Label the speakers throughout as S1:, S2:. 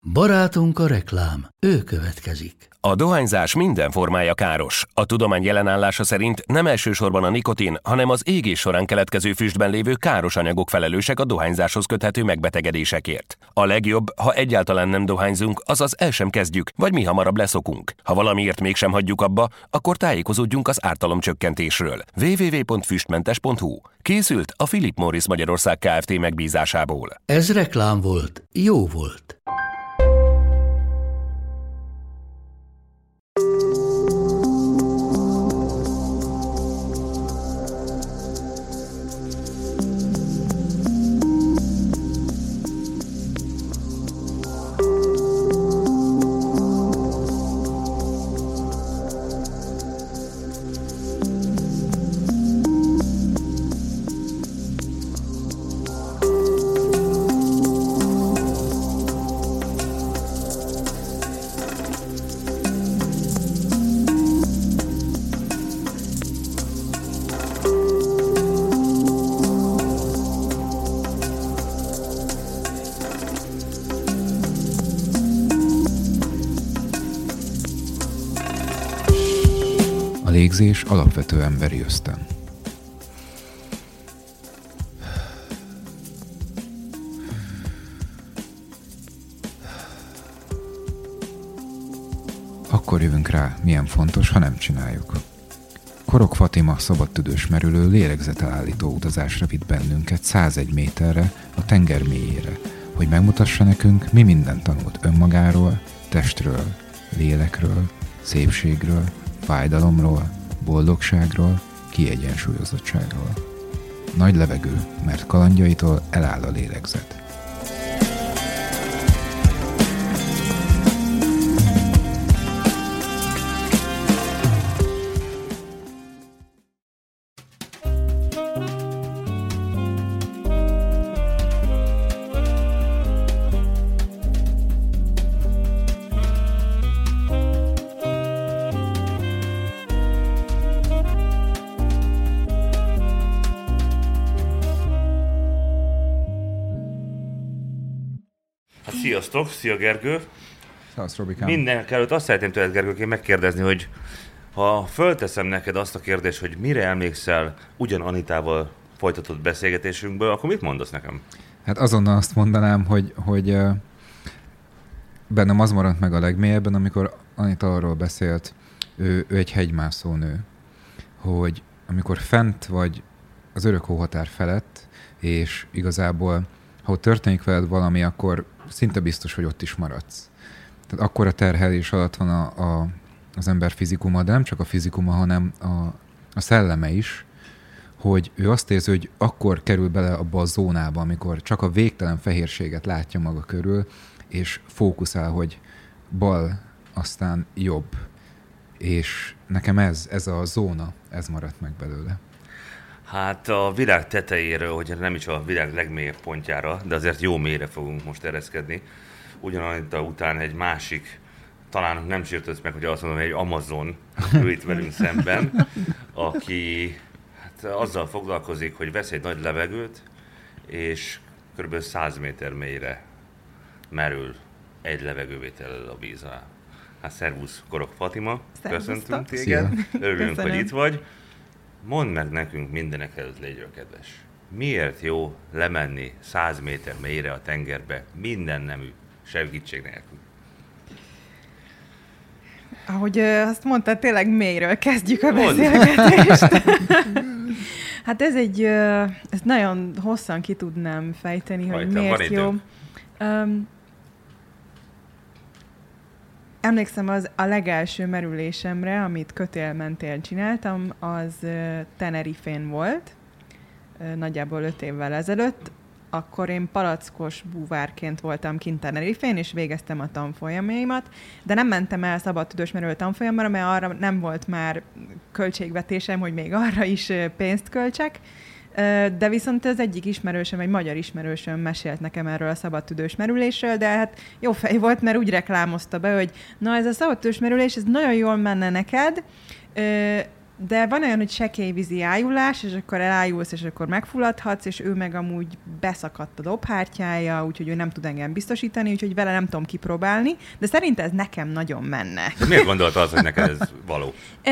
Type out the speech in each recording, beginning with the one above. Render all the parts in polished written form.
S1: Barátunk a reklám, ő következik.
S2: A dohányzás minden formája káros. A tudomány jelenállása szerint nem elsősorban a nikotin, hanem az égés során keletkező füstben lévő káros anyagok felelősek a dohányzáshoz köthető megbetegedésekért. A legjobb, ha egyáltalán nem dohányzunk, azaz el sem kezdjük, vagy mi hamarabb leszokunk. Ha valamiért mégsem hagyjuk abba, akkor tájékozódjunk az ártalomcsökkentésről. www.füstmentes.hu. Készült a Philip Morris Magyarország Kft. Megbízásából.
S1: Ez reklám volt, jó volt.
S3: A légzés alapvető emberi ösztön. Akkor jövünk rá, milyen fontos, ha nem csináljuk. Korok Fatima szabadtüdős merülő lélegzetelállító utazásra vitt bennünket 101 méterre a tenger mélyére, hogy megmutassa nekünk, mi mindent tanult önmagáról, testről, lélekről, szépségről, fájdalomról, boldogságról, kiegyensúlyozottságról. Nagy levegő, mert kalandjaitól eláll a lélegzet.
S4: Sziasztok, szia Gergő!
S3: Szevasz, Robikám!
S4: Mindenek előtt azt szeretném tőled, Gergőként megkérdezni, hogy ha fölteszem neked azt a kérdést, hogy mire emlékszel ugyan Anitával folytatott beszélgetésünkből, akkor mit mondasz nekem?
S3: Hát azonnal azt mondanám, hogy bennem az maradt meg a legmélyebben, amikor Anita arról beszélt, ő egy hegymászó nő, hogy amikor fent vagy az örök hóhatár felett, és igazából, ha ott történik veled valami, akkor szinte biztos, hogy ott is maradsz. Tehát akkora terhelés alatt van az ember fizikuma, de nem csak a fizikuma, hanem a szelleme is, hogy ő azt érzi, hogy akkor kerül bele abba a zónába, amikor csak a végtelen fehérséget látja maga körül, és fókuszál, hogy bal, aztán jobb. És nekem ez a zóna, ez maradt meg belőle.
S4: Hát a világ tetejéről, hogy nem is a világ legmélyebb pontjára, de azért jó mélyre fogunk most ereszkedni. Ugyananita után egy másik, talán nem sértődsz meg, hogy azt mondom, hogy egy Amazon ő itt velünk szemben, aki hát azzal foglalkozik, hogy vesz egy nagy levegőt, és kb. 100 méter mélyre merül egy levegővétellel a víz alá. Hát szervusz, Korok Fatima, köszöntünk téged, örülünk, hogy itt vagy. Mondd meg nekünk mindenek előtt, légy kedves. Miért jó lemenni 100 méter mélyre a tengerbe minden nemű segítség nélkül?
S5: Ahogy azt mondtad, tényleg mélyről kezdjük a beszélgetést. Hát ezt nagyon hosszan ki tudnám fejteni, hogy miért jó. Emlékszem, a legelső merülésemre, amit kötélmentén csináltam, az Tenerifén volt, nagyjából 5 évvel ezelőtt. Akkor én palackos búvárként voltam kint Tenerifén, és végeztem a tanfolyamaimat, de nem mentem el szabadtüdős merülő tanfolyamra, mert arra nem volt már költségvetésem, hogy még arra is pénzt költsek. De viszont az egyik ismerősöm, egy magyar ismerősöm mesélt nekem erről a szabadtüdős merülésről, de hát jó fej volt, mert úgy reklámozta be, hogy na ez a szabadtüdős merülés, ez nagyon jól menne neked, De van olyan, hogy sekélyvízi ájulás, és akkor elájulsz, és akkor megfulladhatsz, és ő meg amúgy beszakadt a dobhártyája, úgyhogy ő nem tud engem biztosítani, úgyhogy vele nem tudom kipróbálni, de szerint ez nekem nagyon menne.
S4: De miért gondolta az, hogy neked ez való?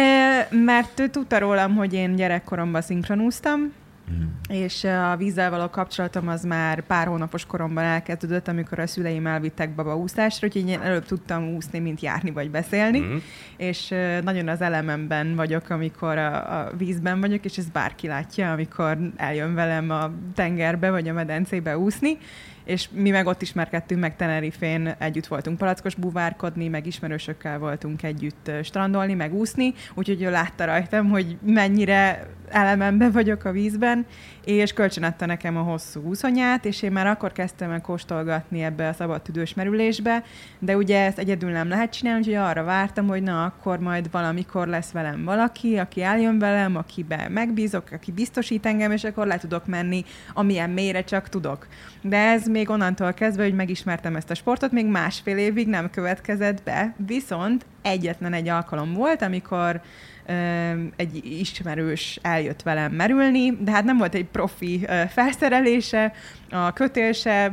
S5: Mert ő tudta rólam, hogy én gyerekkoromban szinkronúztam, és a vízzel való kapcsolatom az már pár hónapos koromban elkezdődött, amikor a szüleim elvittek babaúszásra, úgyhogy én előbb tudtam úszni, mint járni vagy beszélni, és nagyon az elememben vagyok, amikor a vízben vagyok, és ezt bárki látja, amikor eljön velem a tengerbe vagy a medencébe úszni, és mi meg ott ismerkedtünk meg Tenerifén, együtt voltunk palackos búvárkodni, meg ismerősökkel voltunk együtt strandolni, meg úszni, úgyhogy ő látta rajtam, hogy mennyire elememben vagyok a vízben, és kölcsönadta nekem a hosszú úszonyát, és én már akkor kezdtem el kóstolgatni ebbe a szabadtüdős merülésbe, de ugye ezt egyedül nem lehet csinálni, úgyhogy arra vártam, hogy na, akkor majd valamikor lesz velem valaki, aki eljön velem, akiben megbízok, aki biztosít engem, és akkor le tudok menni, amilyen mélyre csak tudok. De ez még onnantól kezdve, hogy megismertem ezt a sportot, még másfél évig nem következett be, viszont egyetlen egy alkalom volt, amikor egy ismerős eljött velem merülni, de hát nem volt egy profi felszerelése, a kötél se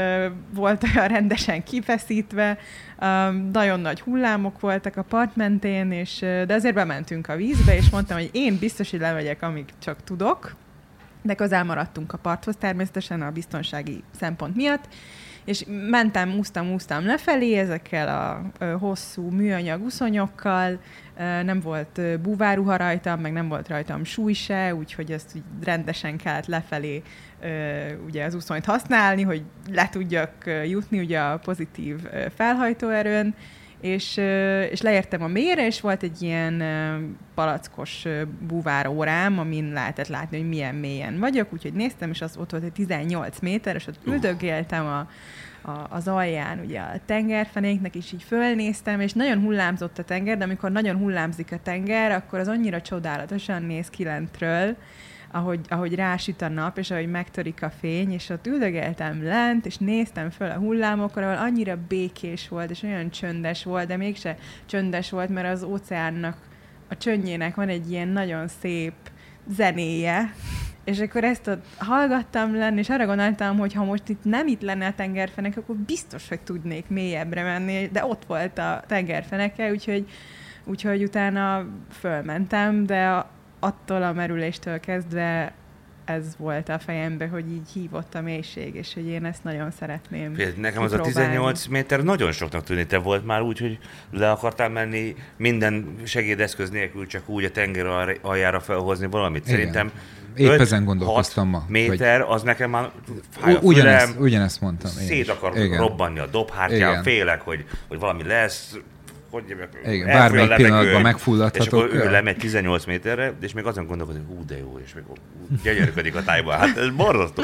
S5: volt olyan rendesen kifeszítve, nagyon nagy hullámok voltak a part mentén, de azért bementünk a vízbe, és mondtam, hogy én biztos, hogy lemegyek, amíg csak tudok, de közel maradtunk a parthoz természetesen a biztonsági szempont miatt, és mentem, úsztam lefelé ezekkel a hosszú műanyag uszonyokkal, nem volt búváruha rajtam, meg nem volt rajtam súly se, úgyhogy ezt rendesen kellett lefelé ugye az uszonyt használni, hogy le tudjak jutni ugye a pozitív felhajtóerőn, és leértem a mélyre, és volt egy ilyen palackos búvárórám, amin lehetett látni, hogy milyen mélyen vagyok, úgyhogy néztem, és ott volt egy 18 méter, és ott üldögéltem az alján ugye a tengerfenéknek, és így fölnéztem, és nagyon hullámzott a tenger, de amikor nagyon hullámzik a tenger, akkor az annyira csodálatosan néz ki lentről, ahogy rásüt a nap, és ahogy megtörik a fény, és ott üldögéltem lent, és néztem föl a hullámokra, ahol annyira békés volt, és olyan csöndes volt, de mégse csöndes volt, mert az óceánnak, a csöndjének van egy ilyen nagyon szép zenéje, és akkor ezt ott hallgattam lenni, és arra gondoltam, hogy ha most itt lenne a tengerfenek, akkor biztos, hogy tudnék mélyebbre menni, de ott volt a tengerfeneke, úgyhogy utána fölmentem, de attól a merüléstől kezdve ez volt a fejemben, hogy így hívott a mélység, és hogy én ezt nagyon szeretném
S4: Nekem az a 18 méter nagyon soknak tűnik. Te volt már úgy, hogy le akartál menni minden segédeszköz nélkül, csak úgy a tenger aljára felhozni valamit.
S3: Igen.
S4: Szerintem
S3: épp ezen gondolkoztam ma.
S4: méter, az nekem már
S3: fáj a fülem. Ugyanezt mondtam.
S4: Szét akar robbanni a dobhártyám, félek, hogy valami lesz,
S3: igen, bármelyik pillanatban megfulladhatok.
S4: És akkor ő lemegy 18 méterre, és még azon gondolkodik, hogy de jó, és még gyönyörködik a tájban. Hát ez borzasztó.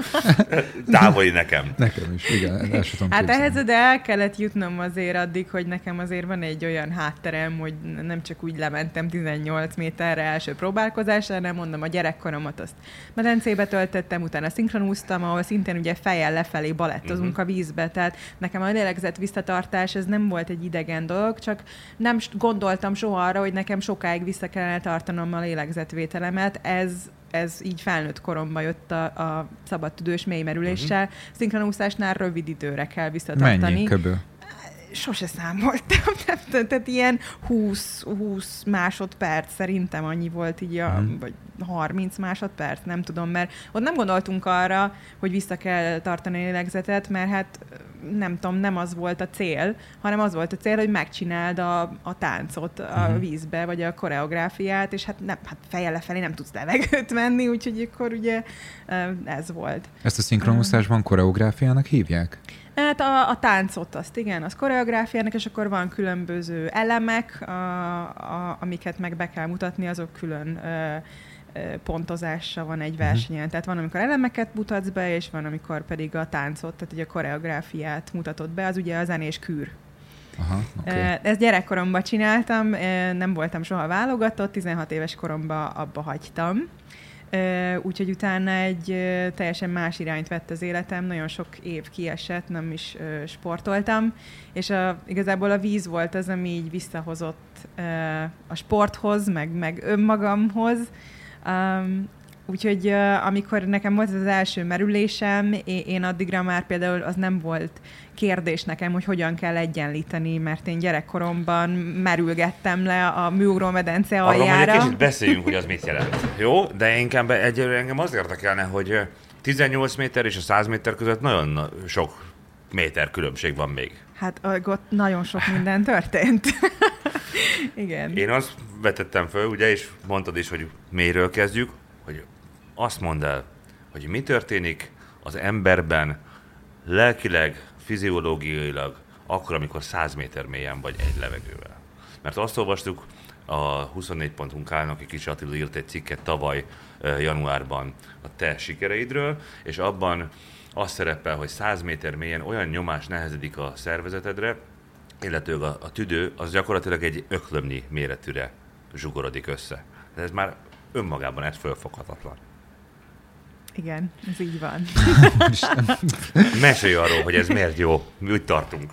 S4: Távoli nekem.
S3: Nekem is, igen.
S5: Hát ehhez de el kellett jutnom azért addig, hogy nekem azért van egy olyan hátterem, hogy nem csak úgy lementem 18 méterre első próbálkozásra, hanem mondom, a gyerekkoromat azt medencébe töltöttem, utána szinkronúztam, ahol szintén ugye fejjel lefelé balettozunk a vízbe, tehát nekem a lélegzett visszatartás, ez nem volt egy idegen dolog, csak nem gondoltam soha arra, hogy nekem sokáig vissza kellene tartanom a lélegzetvételemet. Ez így felnőtt koromban jött a szabadtüdős mélymerüléssel. Szinkronúszásnál rövid időre kell visszatartani.
S3: Mennyi köböl?
S5: Sose számoltam. Tehát ilyen 20 másodperc szerintem annyi volt így, vagy 30 másodperc, nem tudom, mert ott nem gondoltunk arra, hogy vissza kell tartani a lélegzetet, mert hát nem tudom, nem az volt a cél, hanem az volt a cél, hogy megcsináld a táncot a vízbe, vagy a koreográfiát, és hát fejjel lefelé nem tudsz levegőt venni, úgyhogy akkor ugye ez volt.
S3: Ezt a szinkronúszásban koreográfiának hívják?
S5: Hát a táncot azt, igen, az koreográfiának, és akkor van különböző elemek, amiket meg be kell mutatni, azok külön pontozása van egy versenyen. Tehát van, amikor elemeket mutatsz be, és van, amikor pedig a táncot, tehát ugye a koreográfiát mutatod be, az ugye a zenés kür.
S3: Aha, okay.
S5: Ezt gyerekkoromban csináltam, nem voltam soha válogatott, 16 éves koromban abba hagytam. Úgyhogy utána egy teljesen más irányt vett az életem, nagyon sok év kiesett, nem is sportoltam, és igazából a víz volt az, ami így visszahozott a sporthoz, meg önmagamhoz. Úgyhogy amikor nekem volt az első merülésem, én addigra már például az nem volt kérdés nekem, hogy hogyan kell egyenlíteni, mert én gyerekkoromban merülgettem le a műugrómedence aljára.
S4: Arról egy kicsit beszéljünk, hogy az mit jelent. Jó, de inkább egyelőre engem az érdekelne, hogy 18 méter és a 100 méter között nagyon sok méter különbség van még.
S5: Hát ott nagyon sok minden történt. Igen.
S4: Én azt vetettem föl, ugye, és mondtad is, hogy mélyről kezdjük, hogy azt mondd el, hogy mi történik az emberben lelkileg, fiziológiailag, akkor, amikor 100 méter mélyen vagy egy levegővel. Mert azt olvastuk, a 24.hu-n aki Kis Attila írt egy cikket tavaly januárban a te sikereidről, és abban az szerepel, hogy 100 méter mélyen olyan nyomás nehezedik a szervezetedre, illetőleg a tüdő az gyakorlatilag egy öklömnyi méretűre zsugorodik össze. De ez már önmagában ez fölfoghatatlan.
S5: Igen, ez így van.
S4: Mesélj arról, hogy ez miért jó. Mi úgy tartunk.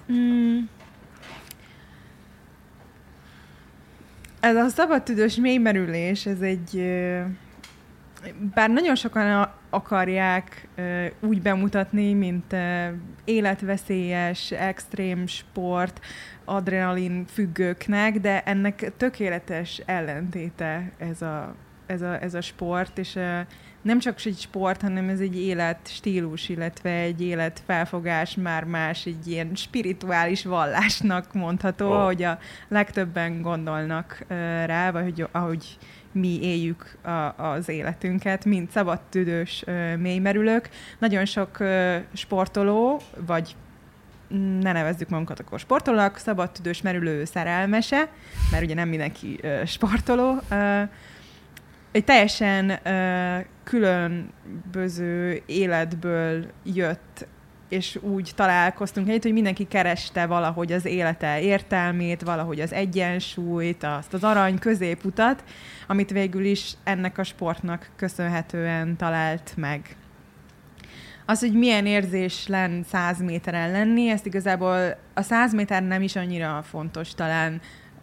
S5: Ez a szabadtüdős mélymerülés, ez egy... Bár nagyon sokan akarják úgy bemutatni, mint életveszélyes, extrém sport, adrenalin függőknek, de ennek tökéletes ellentéte ez a sport, és nem csak egy sport, hanem ez egy életstílus, illetve egy életfelfogás, már más, egy ilyen spirituális vallásnak mondható, ahogy a legtöbben gondolnak rá, vagy hogy ahogy mi éljük az életünket, mint szabadtüdős mélymerülők. Nagyon sok sportoló, vagy ne nevezzük magunkat akkor sportolók, szabadtüdős merülő szerelmese, mert ugye nem mindenki sportoló, egy teljesen különböző életből jött, és úgy találkoztunk együtt, hogy mindenki kereste valahogy az élete értelmét, valahogy az egyensúlyt, azt az arany középutat, amit végül is ennek a sportnak köszönhetően talált meg. Az, hogy milyen érzés 100 méteren lenni, ezt igazából a 100 méter nem is annyira fontos talán,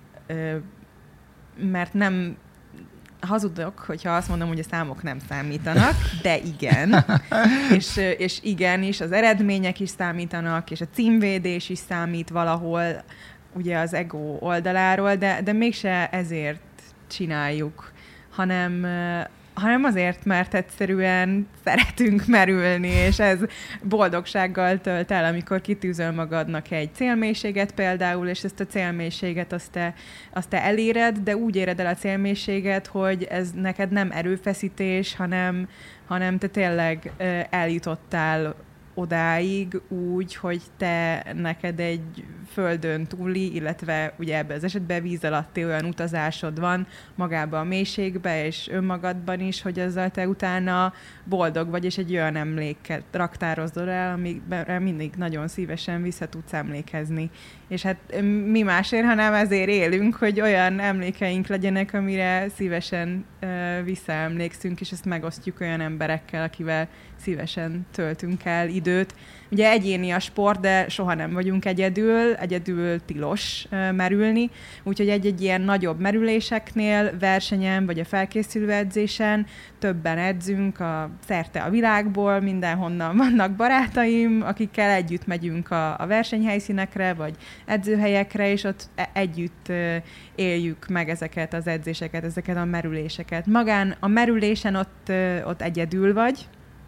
S5: mert nem hazudok, hogyha azt mondom, hogy a számok nem számítanak, de igen. és igenis, az eredmények is számítanak, és a címvédés is számít valahol, ugye az ego oldaláról, de mégse ezért csináljuk, hanem azért, mert egyszerűen szeretünk merülni, és ez boldogsággal tölt el, amikor kitűzöl magadnak egy célmélységet például, és ezt a célmélységet azt te eléred, de úgy éred el a célmélységet, hogy ez neked nem erőfeszítés, hanem te tényleg eljutottál odáig úgy, hogy te neked egy földön túli, illetve ugye ebben az esetben víz alatti olyan utazásod van magába a mélységbe, és önmagadban is, hogy azzal te utána boldog vagy, és egy olyan emléket raktározol el, amire mindig nagyon szívesen vissza tudsz emlékezni. És hát mi másért, hanem ezért élünk, hogy olyan emlékeink legyenek, amire szívesen visszaemlékszünk, és ezt megosztjuk olyan emberekkel, akivel szívesen töltünk el időt. Ugye egyéni a sport, de soha nem vagyunk egyedül tilos merülni, úgyhogy egy ilyen nagyobb merüléseknél, versenyen vagy a felkészülő edzésen többen edzünk szerte a világból, mindenhonnan vannak barátaim, akikkel együtt megyünk a versenyhelyszínekre, vagy edzőhelyekre, és ott együtt éljük meg ezeket az edzéseket, ezeket a merüléseket. Magán a merülésen ott egyedül vagy,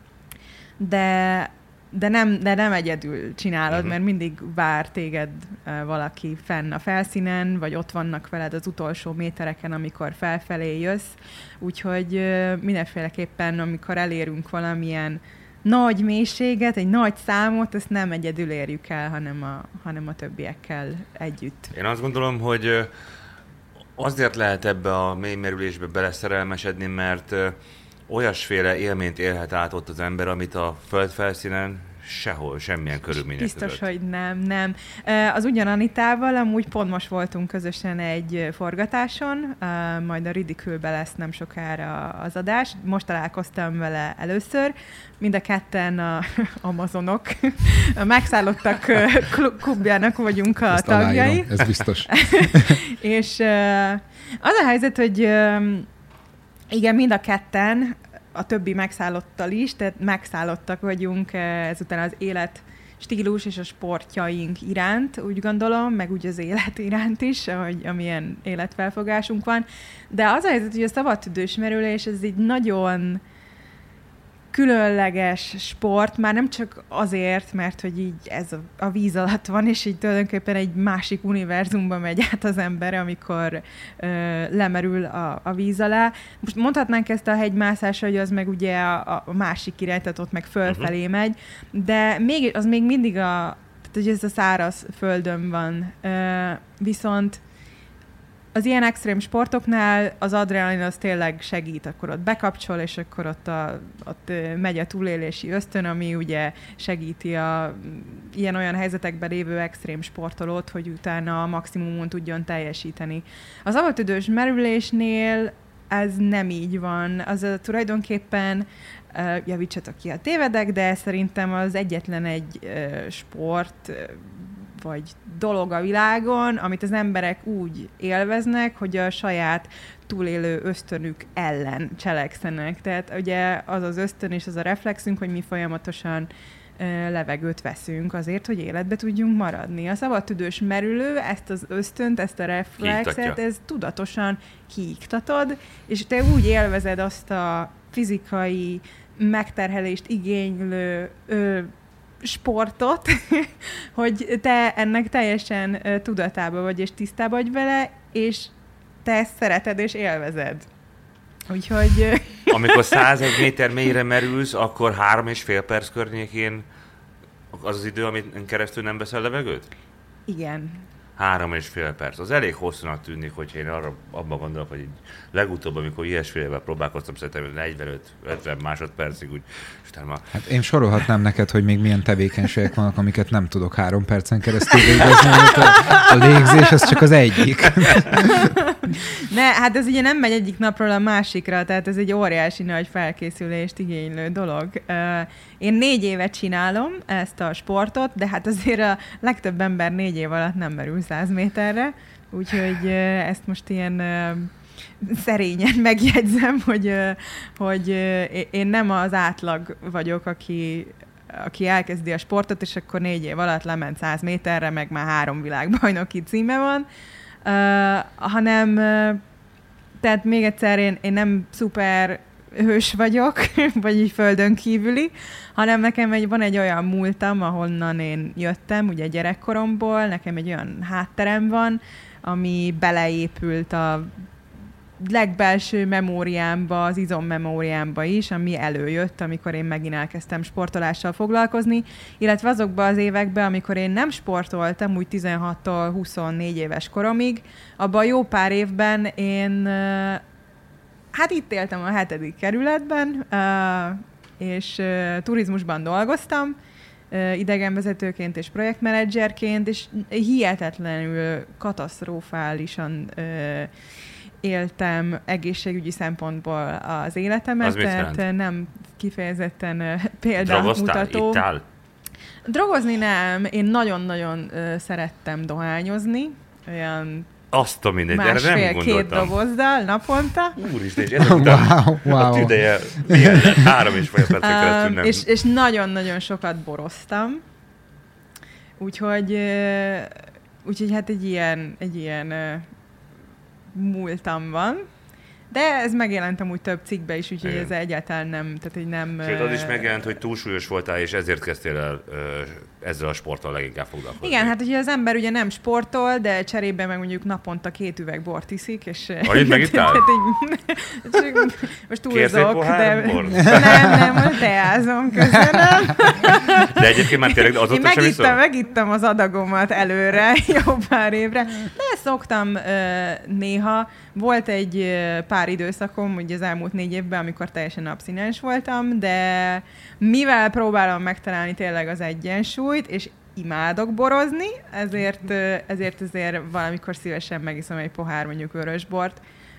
S5: de nem egyedül csinálod, mert mindig vár téged valaki fenn a felszínen, vagy ott vannak veled az utolsó métereken, amikor felfelé jössz. Úgyhogy mindenféleképpen, amikor elérünk valamilyen nagy mélységet, egy nagy számot, ezt nem egyedül érjük el, hanem a többiekkel együtt.
S4: Én azt gondolom, hogy azért lehet ebbe a mélymerülésbe beleszerelmesedni, mert olyasféle élményt élhet át ott az ember, amit a földfelszínen sehol, semmilyen körülmények
S5: Biztos,
S4: között.
S5: hogy nem. Az Anitával amúgy pont most voltunk közösen egy forgatáson, majd a Ridicule-be lesz nem sokára az adás. Most találkoztam vele először. Mind a ketten a Amazonok. A megszállottak klubjának vagyunk a
S3: Ezt
S5: tagjai.
S3: aláírom, ez biztos.
S5: És az a helyzet, hogy igen, mind a ketten, a többi megszállottal is, tehát megszállottak vagyunk ezután az élet stílus és a sportjaink iránt, úgy gondolom, meg úgy az élet iránt is, amilyen életfelfogásunk van. De az a helyzet, hogy a szabadtüdős merülés, ez egy nagyon különleges sport, már nem csak azért, mert hogy így ez a víz alatt van, és így tulajdonképpen egy másik univerzumba megy át az ember, amikor lemerül a víz alá. Most mondhatnánk ezt a hegymászásra, hogy az meg ugye a másik irány, ott meg fölfelé megy, de az még mindig tehát, hogy ez a száraz földön van. Viszont az ilyen extrém sportoknál az adrenalin az tényleg segít, akkor ott bekapcsol, és akkor ott megy a túlélési ösztön, ami ugye segíti a ilyen-olyan helyzetekben lévő extrém sportolót, hogy utána a maximumon tudjon teljesíteni. Az szabadtüdős merülésnél ez nem így van. Az tulajdonképpen, javítsatok ki, ha tévedek, de szerintem az egyetlen egy sport, vagy dolog a világon, amit az emberek úgy élveznek, hogy a saját túlélő ösztönük ellen cselekszenek. Tehát ugye az az ösztön és az a reflexünk, hogy mi folyamatosan levegőt veszünk azért, hogy életbe tudjunk maradni. A szabadtüdős merülő ezt az ösztönt, ezt a reflexet, ez tudatosan kiiktatod, és te úgy élvezed azt a fizikai megterhelést igénylő sportot, hogy te ennek teljesen tudatában vagy, és tisztában vagy vele, és te ezt szereted és élvezed. Úgyhogy...
S4: Amikor 101 méter mélyre merülsz, akkor 3,5 perc környékén az idő, amit keresztül nem veszel levegőt?
S5: Igen.
S4: 3,5 perc. Az elég hosszúnak tűnik, hogyha én abban gondolok, hogy legutóbb, amikor ilyesfélevel próbálkoztam, szerintem 45-50 másodpercig úgy, és utána...
S3: Hát én sorolhatnám neked, hogy még milyen tevékenységek vannak, amiket nem tudok 3 percen keresztül végezni, a légzés az csak az egyik.
S5: Hát ez ugye nem megy egyik napról a másikra, tehát ez egy óriási nagy felkészülést igénylő dolog. Én 4 évet csinálom ezt a sportot, de hát azért a legtöbb ember 4 év alatt nem merül 100 méterre, úgyhogy ezt most ilyen szerényen megjegyzem, hogy én nem az átlag vagyok, aki elkezdi a sportot, és akkor 4 év alatt lement 100 méterre, meg már 3 világbajnoki címe van, hanem tehát még egyszer én nem szuper hős vagyok, vagy így földön kívüli, hanem nekem van egy olyan múltam, ahonnan én jöttem, ugye gyerekkoromból, nekem egy olyan hátterem van, ami beleépült a legbelső memóriámba, az izommemóriámba is, ami előjött, amikor én megint elkezdtem sportolással foglalkozni, illetve azokban az években, amikor én nem sportoltam, úgy 16-tól 24 éves koromig, abban a jó pár évben én hát itt éltem a 7. kerületben, és turizmusban dolgoztam, idegenvezetőként és projektmenedzserként, és hihetetlenül katasztrofálisan éltem egészségügyi szempontból az életemet, tehát nem kifejezetten példamutató.
S4: Ittál?
S5: Drogozni nem. Én nagyon-nagyon szerettem dohányozni, olyan
S4: azt a mindegy, erre nem gondoltam.
S5: 1,5-2 dobozzal naponta.
S4: Úristen, és ezek után a tüdeje 3,5 percen keresztül nem.
S5: És nagyon-nagyon sokat boroztam. Úgyhogy hát egy ilyen múltam van. De ez megjelent amúgy több cikkbe is, úgyhogy ez egyáltalán nem, tehát hogy nem...
S4: Sőt, az is megjelent, hogy túlsúlyos voltál, és ezért kezdtél el ezzel a sporttal leginkább foglalkozni.
S5: Igen, hát ugye az ember ugye nem sportol, de cserébe meg mondjuk naponta 2 üveg bort iszik, és...
S4: Annyit megittál?
S5: Most túlzok, de... Nem, most teázom, köszönöm.
S4: De egyébként már tényleg azóta sem iszol?
S5: Megittem az adagomat előre, jó pár évre. De szoktam néha. Volt egy pár időszakom, ugye az elmúlt 4 évben, amikor teljesen abszinens voltam, de mivel próbálom megtalálni tényleg az egyensúlyt, és imádok borozni, ezért valamikor szívesen megiszom egy pohár mondjuk vörösbort,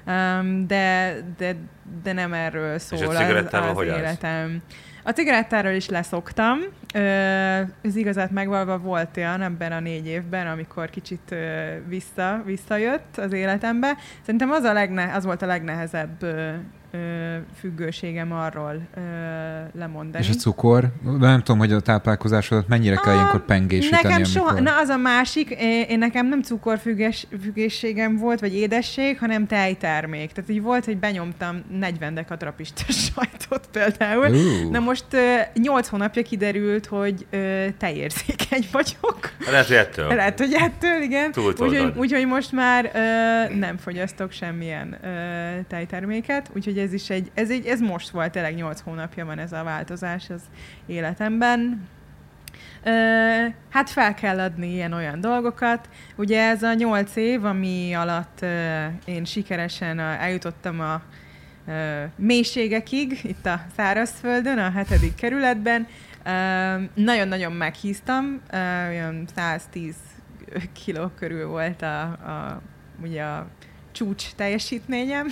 S5: de nem erről szól az életem. A cigarettáról is leszoktam. Az igazát megvalva volt olyan ebben a 4 évben, amikor kicsit visszajött az életembe. Szerintem az volt a legnehezebb függőségem arról lemondani.
S3: És a cukor? Nem tudom, hogy a táplálkozásodat mennyire kell ilyenkor pengésíteni.
S5: Nekem soha, az a másik, én nekem nem cukorfüggésségem volt, vagy édesség, hanem tejtermék. Tehát így volt, hogy benyomtam 40 dekatrapistes sajtot például. Na most 8 hónapja kiderült, hogy tejérzékeny vagyok. Lehet, hogy ettől, igen. Úgyhogy most már nem fogyasztok semmilyen tejterméket, úgyhogy ez most volt, tényleg 8 hónapja van ez a változás az életemben. Hát fel kell adni ilyen-olyan dolgokat. Ugye ez a 8 év, ami alatt én sikeresen eljutottam a mélységekig, itt a szárazföldön, a 7. kerületben. Nagyon-nagyon meghíztam, olyan 110 kiló körül volt ugye a csúcs teljesítményem.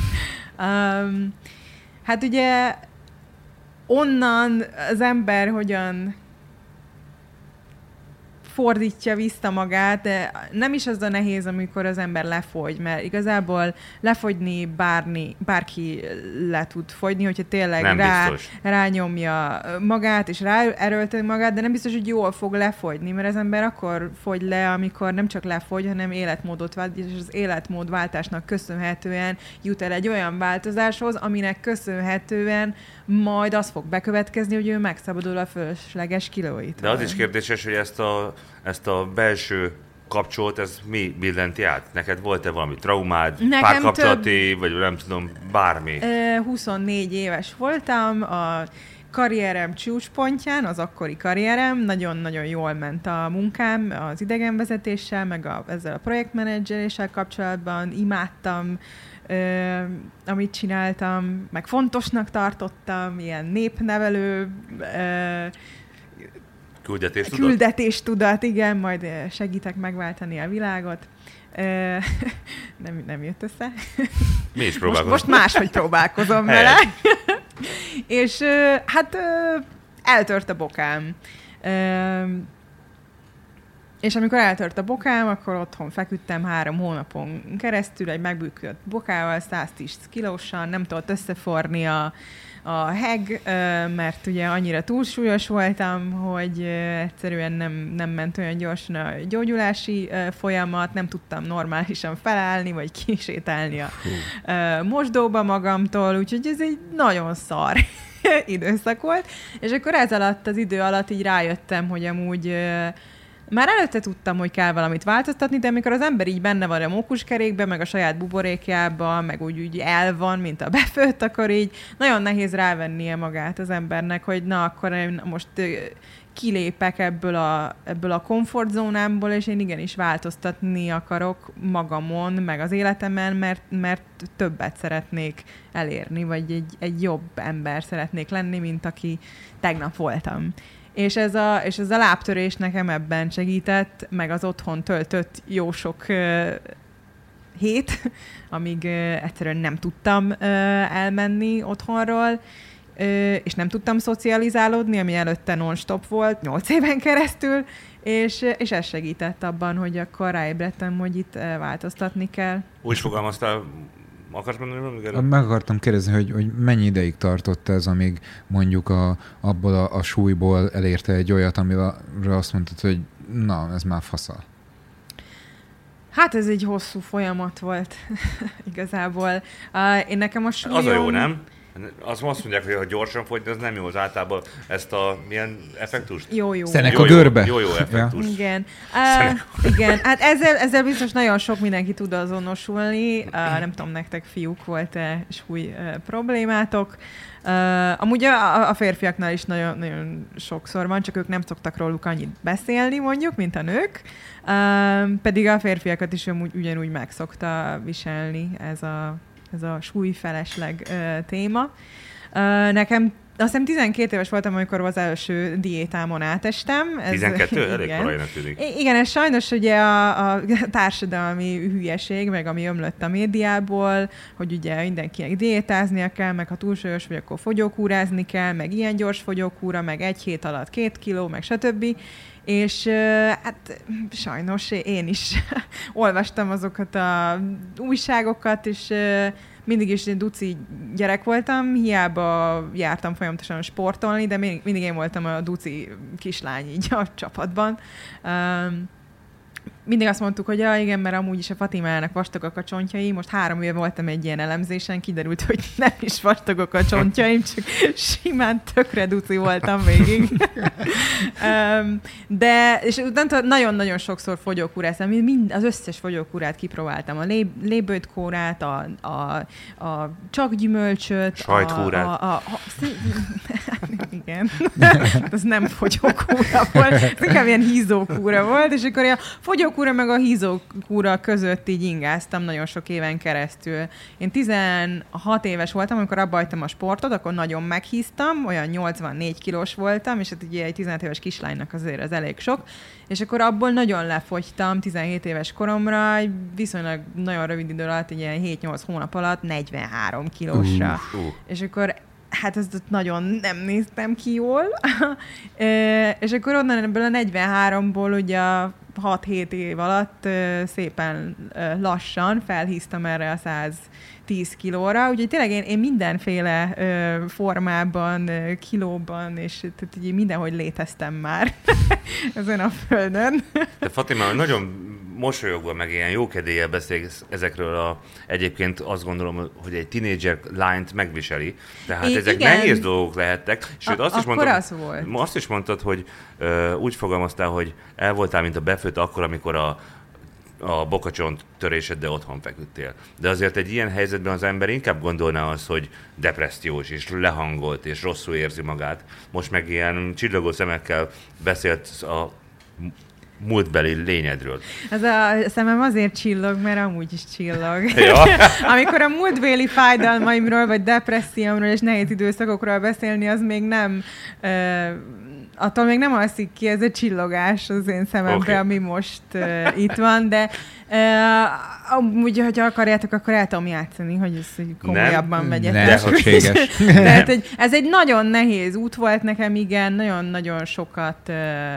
S5: Hát ugye onnan az ember hogyan fordítja vissza magát, de nem is az a nehéz, amikor az ember lefogy, mert igazából lefogyni bárki le tud fogyni, hogyha tényleg rányomja magát, és ráerőlteti magát, de nem biztos, hogy jól fog lefogyni, mert az ember akkor fogy le, amikor nem csak lefogy, hanem életmódot vált, és az életmódváltásnak köszönhetően jut el egy olyan változáshoz, aminek köszönhetően majd az fog bekövetkezni, hogy ő megszabadul a fölösleges kilóit.
S4: De az is kérdéses, hogy ezt a belső kapcsolat, ez mi billenti át? Neked volt-e valami traumád, párkapcsolati, vagy nem tudom, bármi?
S5: 24 éves voltam, a karrierem csúcspontján, az akkori karrierem, nagyon-nagyon jól ment a munkám az idegenvezetéssel, meg ezzel a projektmenedzseléssel kapcsolatban, imádtam, amit csináltam, meg fontosnak tartottam, ilyen népnevelő küldetéstudat, igen, majd segítek megváltani a világot. Nem jött össze.
S4: Mi is próbálkozom.
S5: Most máshogy próbálkozom vele. És hát eltört a bokám. És amikor eltört a bokám, akkor otthon feküdtem 3 hónapon keresztül egy megbűkött bokával, 110 kilósan, nem tudott összeforni a heg, mert ugye annyira túlsúlyos voltam, hogy egyszerűen nem ment olyan gyorsan a gyógyulási folyamat, nem tudtam normálisan felállni, vagy kisétálni a mosdóba magamtól, úgyhogy ez egy nagyon szar időszak volt. És akkor ez alatt, az idő alatt így rájöttem, hogy amúgy már előtte tudtam, hogy kell valamit változtatni, de amikor az ember így benne van a mókuskerékben, meg a saját buborékjában, meg úgy el van, mint a befőtt, akkor így nagyon nehéz rávennie magát az embernek, hogy na, akkor én most kilépek ebből a komfortzónámból, és én igenis változtatni akarok magamon, meg az életemen, mert többet szeretnék elérni, vagy egy jobb ember szeretnék lenni, mint aki tegnap voltam. És ez a lábtörés nekem ebben segített, meg az otthon töltött jó sok hét, amíg egyszerűen nem tudtam elmenni otthonról, és nem tudtam szocializálódni, ami előtte non-stop volt, 8 éven keresztül, és ez segített abban, hogy akkor ráébredtem, hogy itt változtatni kell.
S4: Úgy fogalmaztál, akarsz mondani valamit?
S3: Meg akartam kérdezni, hogy mennyi ideig tartott ez, amíg mondjuk abból a súlyból elérte egy olyat, amire azt mondtad, hogy na, ez már faszal.
S5: Hát ez egy hosszú folyamat volt igazából. Én nekem a súlyom...
S4: Az a jó, nem? Azt mondják, hogy ha gyorsan fogyni, az nem jó, az általában ezt a milyen effektust?
S5: Jó.
S3: Szenek a görbe.
S4: Jó effektus.
S5: Ja. Igen, hát ezzel biztos nagyon sok mindenki tud azonosulni. Nem tudom, nektek fiúk volt-e súly problémátok. Amúgy a férfiaknál is nagyon, nagyon sokszor van, csak ők nem szoktak róluk annyit beszélni, mondjuk, mint a nők. Pedig a férfiakat is ugyanúgy meg szokta viselni ez a súlyfelesleg téma. Nekem azt hiszem 12 éves voltam, amikor az első diétámon átestem.
S4: 12? Elég korainak tűnik.
S5: Igen, ez sajnos ugye a társadalmi hülyeség, meg ami ömlött a médiából, hogy ugye mindenkinek diétáznia kell, meg ha túlsúlyos vagy, akkor fogyókúrázni kell, meg ilyen gyors fogyókúra, meg 1 hét alatt 2 kiló, meg stb. És hát sajnos én is olvastam azokat a újságokat, és mindig is duci gyerek voltam, hiába jártam folyamatosan sportolni, de mindig én voltam a duci kislány így a csapatban. Mindig azt mondtuk, hogy igen, mert amúgy is a Fatimának vastagok a csontjai. Most 3 éve voltam egy ilyen elemzésen, kiderült, hogy nem is vastagok a csontjaim, csak simán tökre duci voltam végig. De, és utána nagyon-nagyon sokszor fogyókúráztam. Az összes fogyókúrát kipróbáltam. A lébőtkórát, a csak gyümölcsöt.
S4: Sajtkúrát.
S5: Igen. Az nem fogyókúra volt. Ez inkább ilyen hízókúra volt, és akkor a fogyókúra meg a hízókúra között így ingáztam nagyon sok éven keresztül. Én 16 éves voltam, amikor abba hagytam a sportot, akkor nagyon meghíztam, olyan 84 kilós voltam, és hát ugye egy 16 éves kislánynak azért az elég sok, és akkor abból nagyon lefogytam 17 éves koromra, viszonylag nagyon rövid idő alatt, egy ilyen 7-8 hónap alatt 43 kilósra. És akkor hát ezt nagyon nem néztem ki jól. És akkor onnan ebből a 43-ból ugye 6-7 év alatt szépen lassan felhíztam erre a 110 kilóra. Úgyhogy tényleg én mindenféle formában, kilóban, és tehát így mindenhogy léteztem már ezen a földön.
S4: De Fatima, nagyon mosolyogva, meg ilyen jókedéllyel beszélsz ezekről egyébként azt gondolom, hogy egy tínédzser lányt megviseli. Tehát ezek igen. Nehéz dolgok lehettek. Sőt, azt is mondtad, hogy úgy fogalmaztál, hogy el voltál, mint a befőtt akkor, amikor a bokacsont törésed, de otthon feküdtél. De azért egy ilyen helyzetben az ember inkább gondolná az, hogy depressziós, és lehangolt, és rosszul érzi magát. Most meg ilyen csillogó szemekkel beszélt a múltbeli lényedről.
S5: Ez a szemem azért csillog, mert amúgy is csillog. Ja. Amikor a múltbéli fájdalmaimról, vagy depressziómról és nehéz időszakokról beszélni, az még nem... attól még nem alszik ki ez a csillogás az én szememre, ami most itt van, de úgy, hogyha akarjátok, akkor el tudom játszani, hogy ez komolyabban megyetek.
S3: Lehetséges.
S5: Tehát, hogy ez egy nagyon nehéz út volt nekem, igen, nagyon-nagyon sokat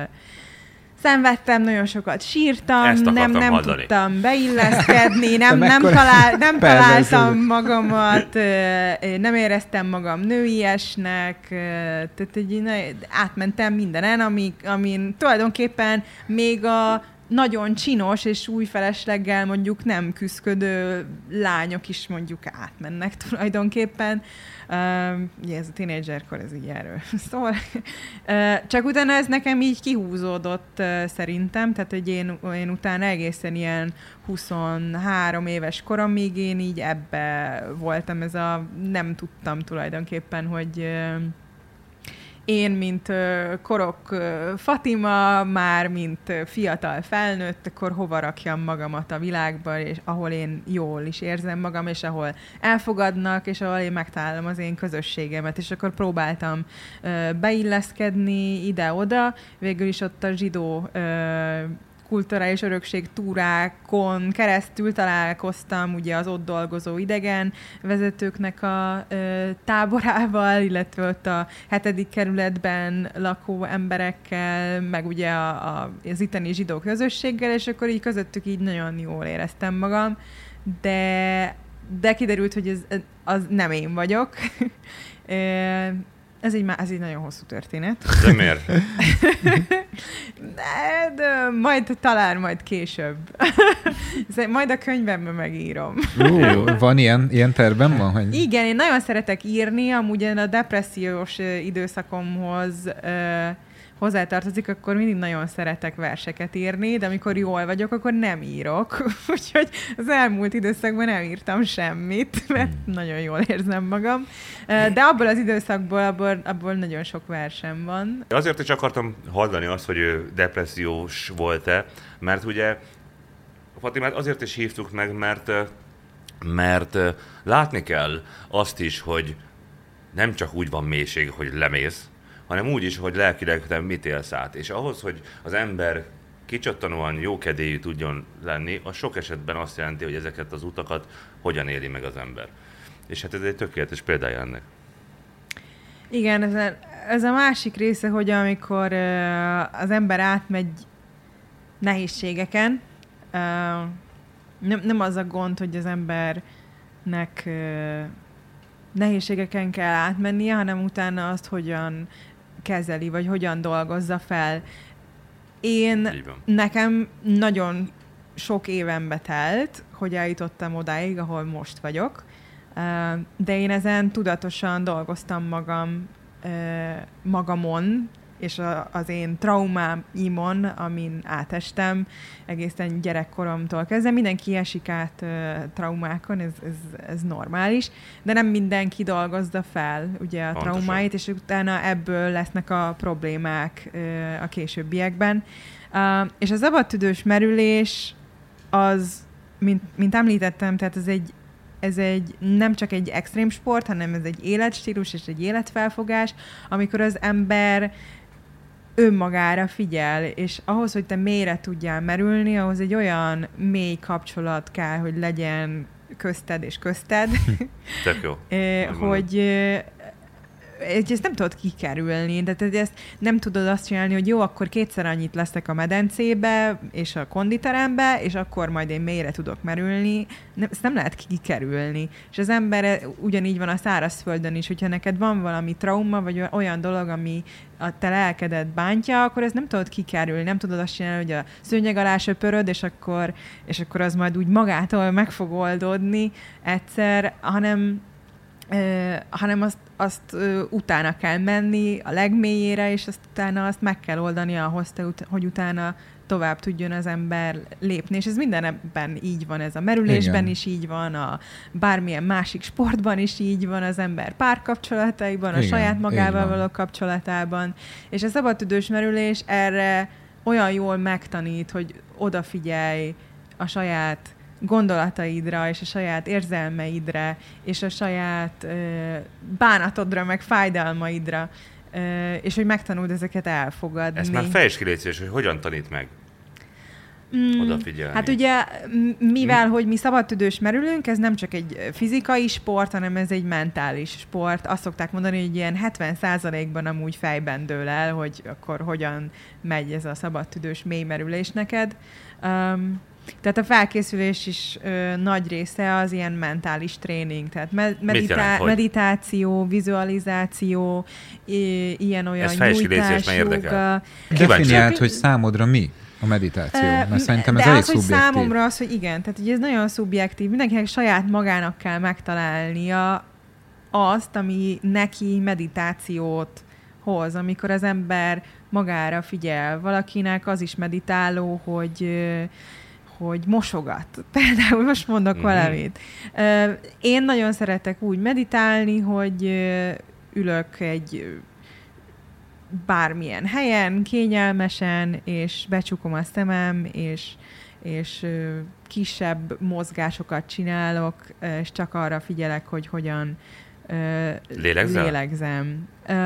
S5: szenvedtem, nagyon sokat sírtam, nem tudtam beilleszkedni, nem találtam magamat, nem éreztem magam nőiesnek, tehát átmentem mindenen, amin tulajdonképpen még a nagyon csinos és újfelesleggel mondjuk nem küszködő lányok is mondjuk átmennek tulajdonképpen. Ugye ez a tínédzserkor, ez így erről szól. Csak utána ez nekem így kihúzódott szerintem, tehát hogy én utána egészen ilyen 23 éves koromig én így ebbe voltam, nem tudtam tulajdonképpen, hogy én, mint korok Fatima, már mint fiatal felnőtt, akkor hova rakjam magamat a világba, és ahol én jól is érzem magam, és ahol elfogadnak, és ahol én megtalálom az én közösségemet. És akkor próbáltam beilleszkedni ide-oda, végül is ott a zsidó kulturális örökség túrákon keresztül találkoztam ugye az ott dolgozó idegen vezetőknek a táborával, illetve ott a 7. kerületben lakó emberekkel, meg ugye az itteni zsidó közösséggel, és akkor így közöttük így nagyon jól éreztem magam, de kiderült, hogy az nem én vagyok. Ez egy nagyon hosszú történet.
S4: De miért?
S5: De majd később. Majd a könyvemben megírom.
S3: Van ilyen tervem van? Hogy...
S5: Igen, én nagyon szeretek írni, amúgy a depressziós időszakomhoz hozzátartozik, akkor mindig nagyon szeretek verseket írni, de amikor jól vagyok, akkor nem írok. Úgyhogy az elmúlt időszakban nem írtam semmit, mert nagyon jól érzem magam. De abból az időszakból, abból nagyon sok versem van.
S4: Azért is akartam hallani azt, hogy ő depressziós volt-e, mert ugye Fatimát azért is hívtuk meg, mert látni kell azt is, hogy nem csak úgy van mélység, hogy lemész, hanem úgy is, hogy lelkileg te mit élsz át. És ahhoz, hogy az ember kicsattanóan jókedélyű tudjon lenni, az sok esetben azt jelenti, hogy ezeket az utakat hogyan éli meg az ember. És hát ez egy tökéletes példája ennek.
S5: Igen, ez a másik része, hogy amikor az ember átmegy nehézségeken, nem az a gond, hogy az embernek nehézségeken kell átmennie, hanem utána azt hogyan kezeli, vagy hogyan dolgozza fel. Nekem nagyon sok évembe telt, hogy eljutottam odáig, ahol most vagyok, de én ezen tudatosan dolgoztam magamon, és az én traumáimon, amin átestem egészen gyerekkoromtól kezdve. Mindenki esik át traumákon, ez normális, de nem mindenki dolgozza fel ugye a traumáit, és utána ebből lesznek a problémák a későbbiekben. És a szabadtüdős merülés az, mint említettem, tehát ez egy nem csak egy extrém sport, hanem ez egy életstílus és egy életfelfogás, amikor az ember önmagára figyel, és ahhoz, hogy te mélyre tudjál merülni, ahhoz egy olyan mély kapcsolat kell, hogy legyen közted és közted.
S4: Tök jó.
S5: Hogy ezt nem tudod kikerülni, de te ezt nem tudod azt csinálni, hogy jó, akkor kétszer annyit leszek a medencébe és a konditerembe, és akkor majd én mélyre tudok merülni. Ezt nem lehet kikerülni. És az ember ugyanígy van a szárazföldön is, hogyha neked van valami trauma, vagy olyan dolog, ami a te lelkedet bántja, akkor ezt nem tudod kikerülni, nem tudod azt csinálni, hogy a szőnyeg alá söpöröd, és akkor az majd úgy magától meg fog oldódni egyszer, hanem azt utána kell menni a legmélyére, és utána azt meg kell oldani ahhoz, hogy utána tovább tudjon az ember lépni. És ez mindenben így van, ez a merülésben is így van, a bármilyen másik sportban is így van, az ember párkapcsolataiban, a saját magával való kapcsolatában. És a szabadtüdős merülés erre olyan jól megtanít, hogy odafigyelj a saját gondolataidra, és a saját érzelmeidre, és a saját bánatodra, meg fájdalmaidra, és hogy megtanuld ezeket elfogadni.
S4: Ezt már fejtsd ki, légy szíves, hogy hogyan tanít meg odafigyelni.
S5: Hát ugye, mivel hogy mi szabadtüdős merülünk, ez nem csak egy fizikai sport, hanem ez egy mentális sport. Azt szokták mondani, hogy ilyen 70%-ban amúgy fejben dől el, hogy akkor hogyan megy ez a szabadtüdős mélymerülés neked. Tehát a felkészülés is nagy része az ilyen mentális tréning, tehát meditáció, vizualizáció, ilyen-olyan nyújtás, joga.
S3: Definiált, hogy számodra mi a meditáció? Mert szerintem ez elég szubjektív.
S5: De számomra az, hogy igen, tehát ugye ez nagyon szubjektív. Mindenkinek saját magának kell megtalálnia azt, ami neki meditációt hoz, amikor az ember magára figyel. Valakinek az is meditáló, hogy mosogat. Például most mondok valamit. Én nagyon szeretek úgy meditálni, hogy ülök egy bármilyen helyen, kényelmesen, és becsukom a szemem, és kisebb mozgásokat csinálok, és csak arra figyelek, hogy hogyan lélegzem.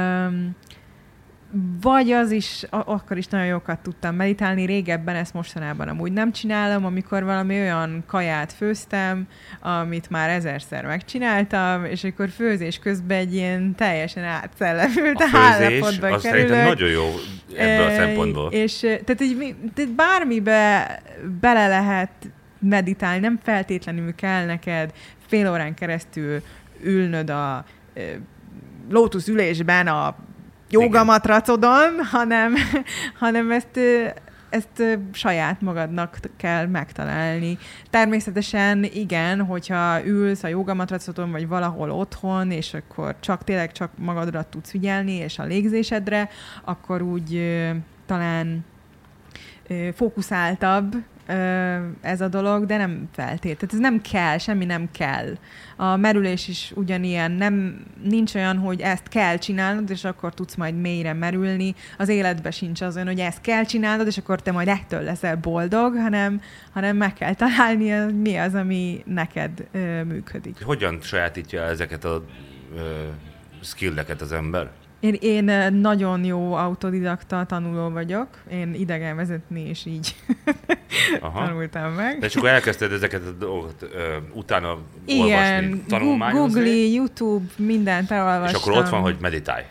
S5: Vagy az is, akkor is nagyon jókat tudtam meditálni, régebben ezt mostanában amúgy nem csinálom, amikor valami olyan kaját főztem, amit már 1000-szer megcsináltam, és akkor főzés közben egy ilyen teljesen átszellemült állapotba
S4: az szerintem nagyon jó ebből a szempontból.
S5: És tehát bármibe bele lehet meditálni, nem feltétlenül kell neked fél órán keresztül ülnöd a lótuszülésben a jogamatracodon, hanem ezt saját magadnak kell megtalálni. Természetesen igen, hogyha ülsz a jogamatracodon, vagy valahol otthon, és akkor tényleg csak magadra tudsz figyelni, és a légzésedre, akkor úgy talán fókuszáltabb ez a dolog, de nem feltétlenül. Tehát ez nem kell, semmi nem kell. A merülés is ugyanilyen, nincs olyan, hogy ezt kell csinálnod, és akkor tudsz majd mélyre merülni. Az életben sincs az olyan, hogy ezt kell csinálnod, és akkor te majd ettől leszel boldog, hanem meg kell találni, hogy mi az, ami neked működik.
S4: Hogyan sajátítja ezeket a skilleket az ember?
S5: Én nagyon jó autodidakta tanuló vagyok. Én idegenvezetni és így tanultam meg.
S4: De csak elkezdted ezeket a dolgokat utána olvasni, tanulmányozni?
S5: Google, YouTube, mindent elolvastam.
S4: És akkor ott van, hogy meditálj.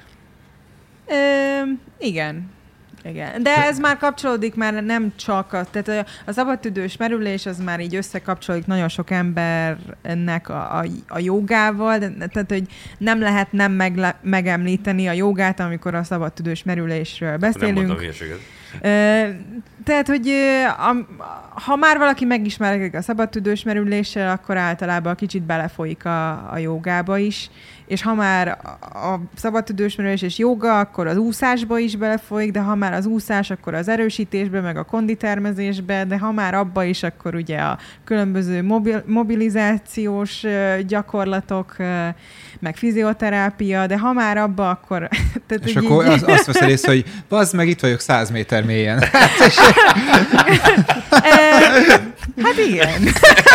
S5: Igen. De ez már kapcsolódik, már nem csak tehát a szabadtüdős merülés az már így összekapcsolódik nagyon sok embernek a jogával, tehát hogy nem lehet nem megemlíteni a jogát, amikor a szabadtüdős merülésről beszélünk.
S4: Nem mondtam hülyeséget.
S5: Tehát, hogy ha már valaki megismerkedik a szabadtüdős merüléssel, akkor általában kicsit belefolyik a jogába is, és ha már a szabadtüdős merülés és joga, akkor az úszásba is belefolyik, de ha már az úszás, akkor az erősítésbe, meg a konditermezésbe, de ha már abba is, akkor ugye a különböző mobilizációs gyakorlatok, meg fizioterápia, de ha már abba, akkor...
S3: Tehát és akkor azt veszed észre, hogy bazd meg, itt vagyok 100 méter mélyen.
S5: Hát igen.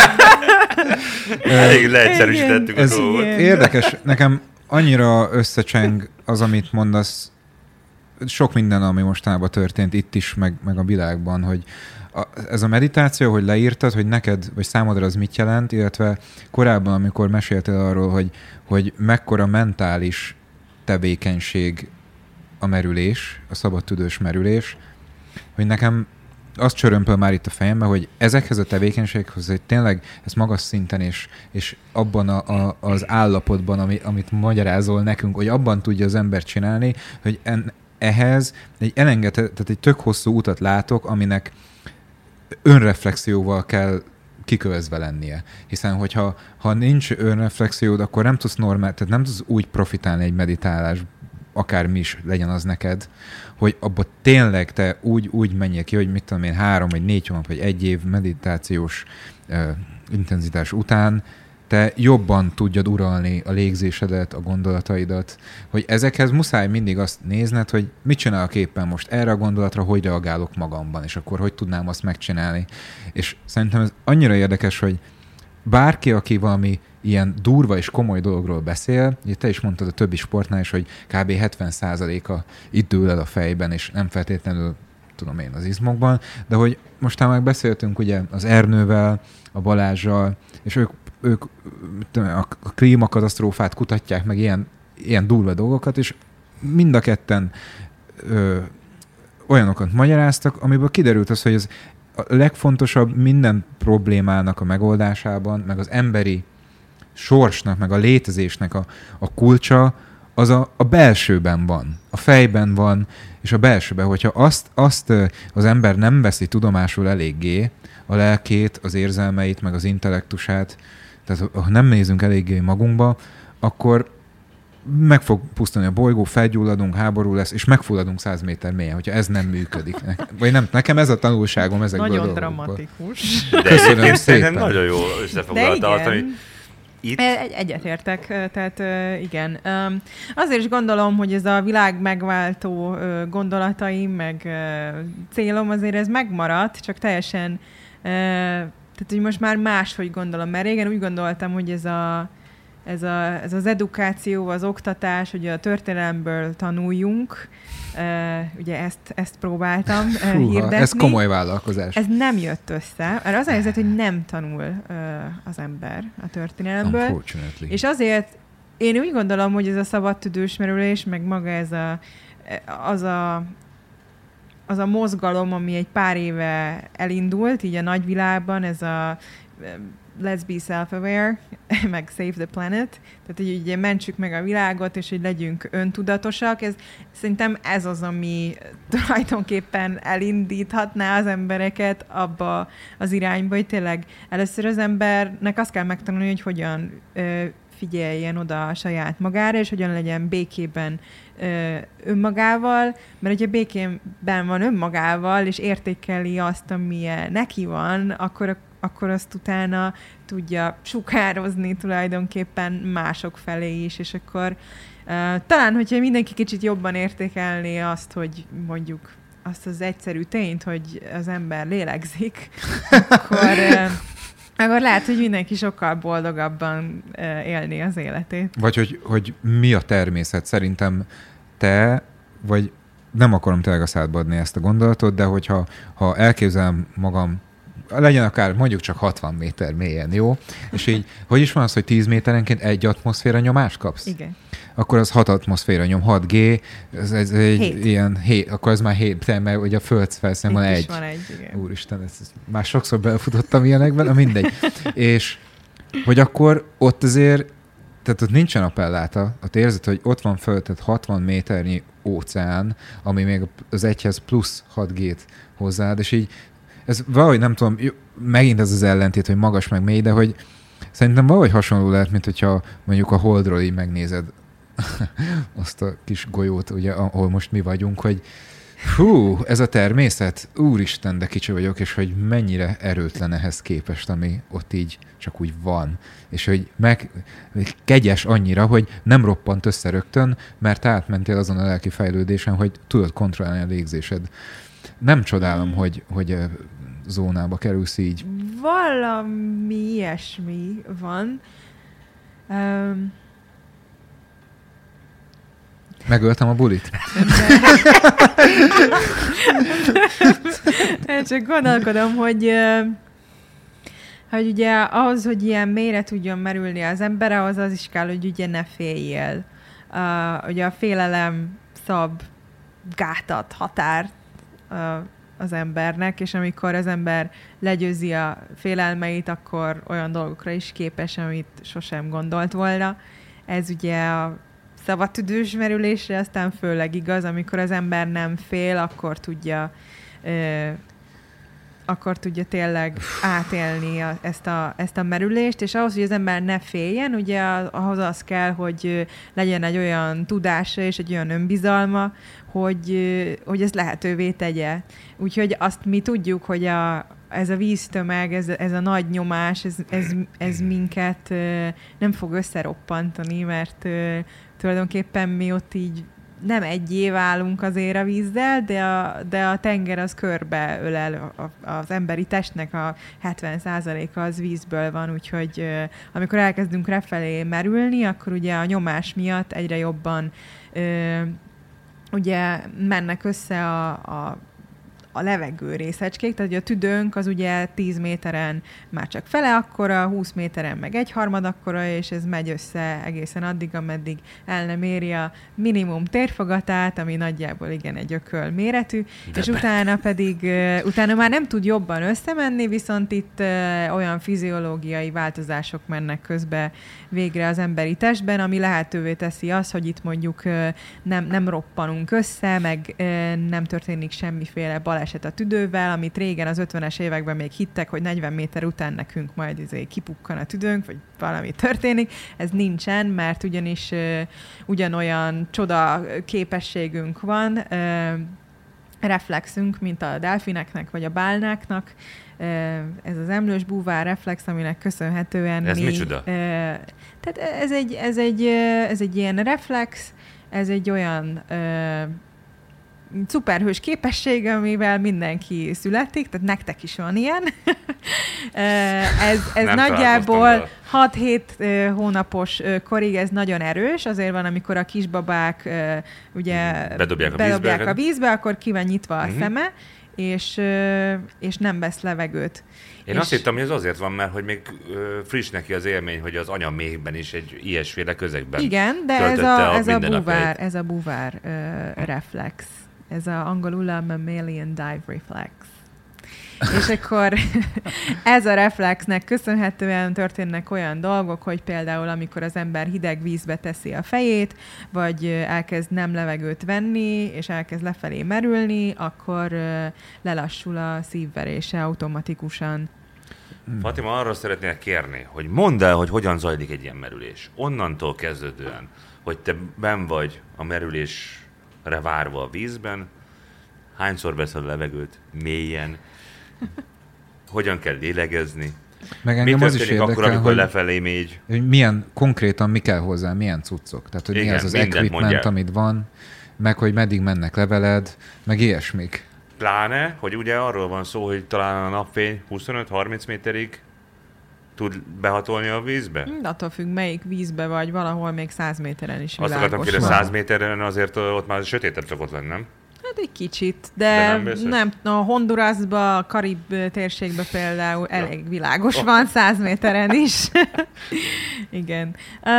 S4: Elég leegyszerűsítettük a dolgot.
S3: Érdekes, nekem annyira összecseng az, amit mondasz, sok minden, ami mostanában történt itt is, meg a világban, hogy ez a meditáció, hogy leírtad, hogy neked, vagy számodra az mit jelent, illetve korábban, amikor meséltél arról, hogy mekkora mentális tevékenység a merülés, a szabadtüdős merülés, hogy nekem azt csörömpöl már itt a fejembe, hogy ezekhez a tevékenységhez, hogy tényleg ez magas szinten és abban az állapotban, amit magyarázol nekünk, hogy abban tudja az ember csinálni, hogy ehhez tehát egy tök hosszú utat látok, aminek önreflexióval kell kikövezve lennie. Hiszen, hogyha nincs önreflexiód, akkor nem tudsz tehát nem tudsz úgy profitálni egy meditálás, akármi is legyen az neked, hogy abba tényleg te úgy menjél ki, hogy mit tudom én, 3 vagy 4 hónap, vagy 1 év meditációs intenzitás után te jobban tudjad uralni a légzésedet, a gondolataidat, hogy ezekhez muszáj mindig azt nézned, hogy mit csinálok éppen most erre a gondolatra, hogy reagálok magamban, és akkor hogy tudnám azt megcsinálni. És szerintem ez annyira érdekes, hogy bárki, aki valami ilyen durva és komoly dologról beszél, ugye te is mondtad a többi sportnál is, hogy kb. 70%-a itt dől el a fejben, és nem feltétlenül, tudom én, az izmokban, de hogy mostán meg beszéltünk ugye az Ernővel, a Balázsral, és ők a klímakatasztrófát kutatják, meg ilyen durva dolgokat, és mind a ketten olyanokat magyaráztak, amiből kiderült az, hogy az a legfontosabb minden problémának a megoldásában, meg az emberi sorsnak, meg a létezésnek a kulcsa, az a belsőben van, a fejben van, és a belsőben, hogyha azt az ember nem veszi tudomásul eléggé, a lelkét, az érzelmeit, meg az intellektusát, tehát ha nem nézünk eléggé magunkba, akkor meg fog pusztulni a bolygó, felgyulladunk, háború lesz, és megfulladunk 100 méter mélyen, hogyha ez nem működik. Vagy nem, nekem ez a tanulságom ezekből
S5: nagyon
S3: a dolgokból.
S5: dramatikus.
S4: De egyébként szerintem nagyon jól összefoglalta azt, hogy itt...
S5: Egyetértek, tehát igen. Azért is gondolom, hogy ez a világ megváltó gondolataim, meg célom azért ez megmaradt, csak teljesen, tehát hogy most már máshogy gondolom, mert régen úgy gondoltam, hogy ez az edukáció, az oktatás, hogy a történelemből tanuljunk, ugye ezt próbáltam hirdetni.
S3: Ez komoly vállalkozás.
S5: Ez nem jött össze. Erre az a helyzet, hogy nem tanul az ember a történelemből. És azért én úgy gondolom, hogy ez a szabadtüdős merülés, meg maga az a mozgalom, ami egy pár éve elindult, így a nagyvilágban, ez a Let's be self-aware, meg Save the Planet, tehát hogy ugye mentsük meg a világot, és hogy legyünk öntudatosak. Szerintem ez az, ami tulajdonképpen elindíthatná az embereket abba az irányba, hogy tényleg először az embernek azt kell megtanulni, hogy hogyan figyeljen oda a saját magára, és hogyan legyen békében önmagával, mert hogyha békében van önmagával, és értékeli azt, amilyen neki van, akkor azt utána tudja sukározni tulajdonképpen mások felé is, és akkor talán, hogyha mindenki kicsit jobban értékelné azt, hogy mondjuk azt az egyszerű tényt, hogy az ember lélegzik, akkor lehet, hogy mindenki sokkal boldogabban élni az életét.
S3: Vagy hogy mi a természet? Szerintem te, vagy nem akarom tényleg a szádba adni ezt a gondolatot, de hogyha elképzelem magam, legyen akár mondjuk csak 60 méter mélyen, jó? És így, hogy is van az, hogy 10 méterenként 1 atmoszféra nyomást kapsz?
S5: Igen.
S3: Akkor az 6 atmoszféra nyom, 6G, ez egy
S5: 7.
S3: ilyen, akkor az már 7, mert ugye a föld felszínen van 1.
S5: Van 1, igen.
S3: Úristen, ezt már sokszor belefutottam ilyenekben, mindegy. És hogy akkor ott azért, tehát ott nincsen appelláta, ott érzed, hogy ott van föld, tehát 60 méternyi óceán, ami még az egyhez plusz 6G-t hozzáad, és így ez valahogy nem tudom, megint ez az ellentét, hogy magas meg mély, de hogy szerintem valahogy hasonló lehet, mint hogyha mondjuk a Holdról így megnézed azt a kis golyót, ugye, ahol most mi vagyunk, hogy hú, ez a természet, úristen, de kicsi vagyok, és hogy mennyire erőtlen ehhez képest, ami ott így csak úgy van. És hogy kegyes annyira, hogy nem roppant össze rögtön, mert átmentél azon a lelki fejlődésen, hogy tudod kontrollálni a légzésed. Nem csodálom, hogy zónába kerülsz így.
S5: Valami ilyesmi van.
S3: Megöltem a bulit?
S5: Csak gondolkodom, hogy ugye ahhoz, hogy ilyen mélyre tudjon merülni az ember, ahhoz az is kell, hogy ugye ne féljél. Ugye a félelem szab gátat, határt az embernek, és amikor az ember legyőzi a félelmeit, akkor olyan dolgokra is képes, amit sosem gondolt volna. Ez ugye a szabadtüdős merülésre aztán főleg igaz, amikor az ember nem fél, akkor tudja tényleg átélni ezt a merülést, és ahhoz, hogy az ember ne féljen, ugye ahhoz az kell, hogy legyen egy olyan tudása és egy olyan önbizalma, hogy ezt lehetővé tegye. Úgyhogy azt mi tudjuk, hogy ez a víztömeg, ez a nagy nyomás, ez minket nem fog összeroppantani, mert tulajdonképpen mi ott így nem egyé válunk azért a vízzel, de a tenger az körbeölel az emberi testnek a 70%-a az vízből van, úgyhogy amikor elkezdünk refelé merülni, akkor ugye a nyomás miatt egyre jobban ugye mennek össze a levegő részecskék, tehát a tüdőnk az ugye 10 méteren már csak fele akkora, 20 méteren meg 1/3 akkora, és ez megy össze egészen addig, ameddig el nem éri a minimum térfogatát, ami nagyjából igen egy ököl méretű, és utána már nem tud jobban összemenni, viszont itt olyan fiziológiai változások mennek közbe végre az emberi testben, ami lehetővé teszi azt, hogy itt mondjuk nem roppanunk össze, meg nem történik semmiféle baleset a tüdővel, amit régen az 50-es években még hittek, hogy 40 méter után nekünk majd kipukkan a tüdőnk, vagy valami történik. Ez nincsen, mert ugyanis ugyanolyan csoda képességünk van, reflexünk, mint a delfineknek, vagy a bálnáknak. Ez az emlős búvár reflex, aminek köszönhetően
S4: ez micsoda?
S5: Tehát ez egy ilyen reflex, ez egy olyan szuperhős képesség, amivel mindenki születik, tehát nektek is van ilyen. Ez nagyjából 6-7 hónapos korig ez nagyon erős, azért van, amikor a kisbabák ugye bedobják a vízbe, akkor ki van nyitva a szeme, és nem vesz levegőt.
S4: Én azt hittem, hogy ez azért van, mert hogy még friss neki az élmény, hogy az anyaméhben is egy ilyesféle közegben.
S5: Igen, de ez a búvár reflex. Ez a angolul a mammalian dive reflex. És akkor ez a reflexnek köszönhetően történnek olyan dolgok, hogy például amikor az ember hideg vízbe teszi a fejét, vagy elkezd nem levegőt venni, és elkezd lefelé merülni, akkor lelassul a szívverése automatikusan.
S4: Fatima, arra szeretnél kérni, hogy mondd el, hogy hogyan zajlik egy ilyen merülés. Onnantól kezdődően, hogy te benn vagy a merülésre várva a vízben, hányszor veszed a levegőt mélyen, hogyan kell lélegezni,
S3: Meg
S4: mi
S3: engem az is
S4: történik akkor,
S3: érdekel,
S4: amikor
S3: hogy
S4: lefelé mégy.
S3: milyen konkrétan mi kell hozzá, milyen cuccok. Tehát, hogy mi
S4: Igen,
S3: az az
S4: mindent
S3: equipment,
S4: mondjál.
S3: amit van, meg hogy meddig mennek leveled, meg ilyesmik.
S4: Pláne, hogy ugye arról van szó, hogy talán a napfény 25-30 méterig tud behatolni a vízbe?
S5: Attól függ, melyik vízbe vagy, valahol még 100 méteren is
S4: Azt akartam
S5: világos
S4: kérdezni,
S5: van.
S4: 100 méteren azért ott már sötétebb szokott lenni, nem?
S5: Hát egy kicsit,
S4: De
S5: de
S4: nem biztos.
S5: nem, a Hondurasba, a Karib térségben például elég világos van 100 méteren is. Igen.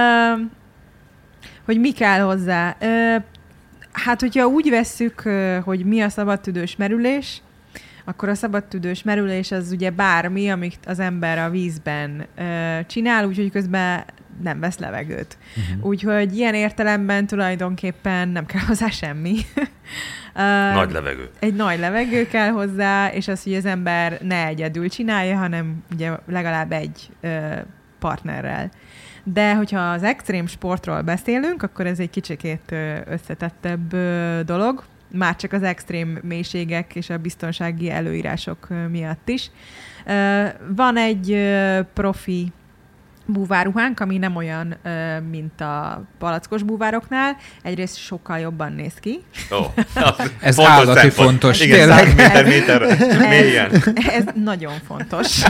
S5: Hogy mi kell hozzá? Hát, hogyha úgy vesszük, hogy mi a szabadtüdős merülés, akkor a szabadtüdős merülés az ugye bármi, amit az ember a vízben csinál, úgyhogy közben nem vesz levegőt. Úgyhogy ilyen értelemben tulajdonképpen nem kell hozzá semmi.
S4: Nagy levegő.
S5: Egy nagy levegő kell hozzá, és az, hogy az ember ne egyedül csinálja, hanem ugye legalább egy partnerrel. De hogyha az extrém sportról beszélünk, akkor ez egy kicsikét összetettebb dolog, már csak az extrém mélységek és a biztonsági előírások miatt is. Van egy profi búváruhánk, ami nem olyan, mint a palackos búvároknál. Egyrészt sokkal jobban néz ki.
S3: Ez állati fontos,
S4: Igen,
S3: tényleg.
S4: 100 méter mélyen.
S5: Ez nagyon fontos.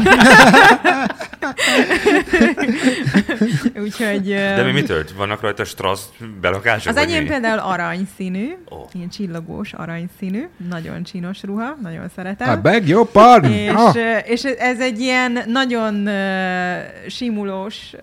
S5: Úgyhogy...
S4: De mi tölt? Vannak rajta strass belakások?
S5: Az enyém
S4: mi?
S5: például aranyszínű,
S4: Oh.
S5: ilyen csillogós aranyszínű, nagyon csinos ruha, nagyon szeretem.
S3: I beg your pardon.
S5: És ez egy ilyen nagyon simulós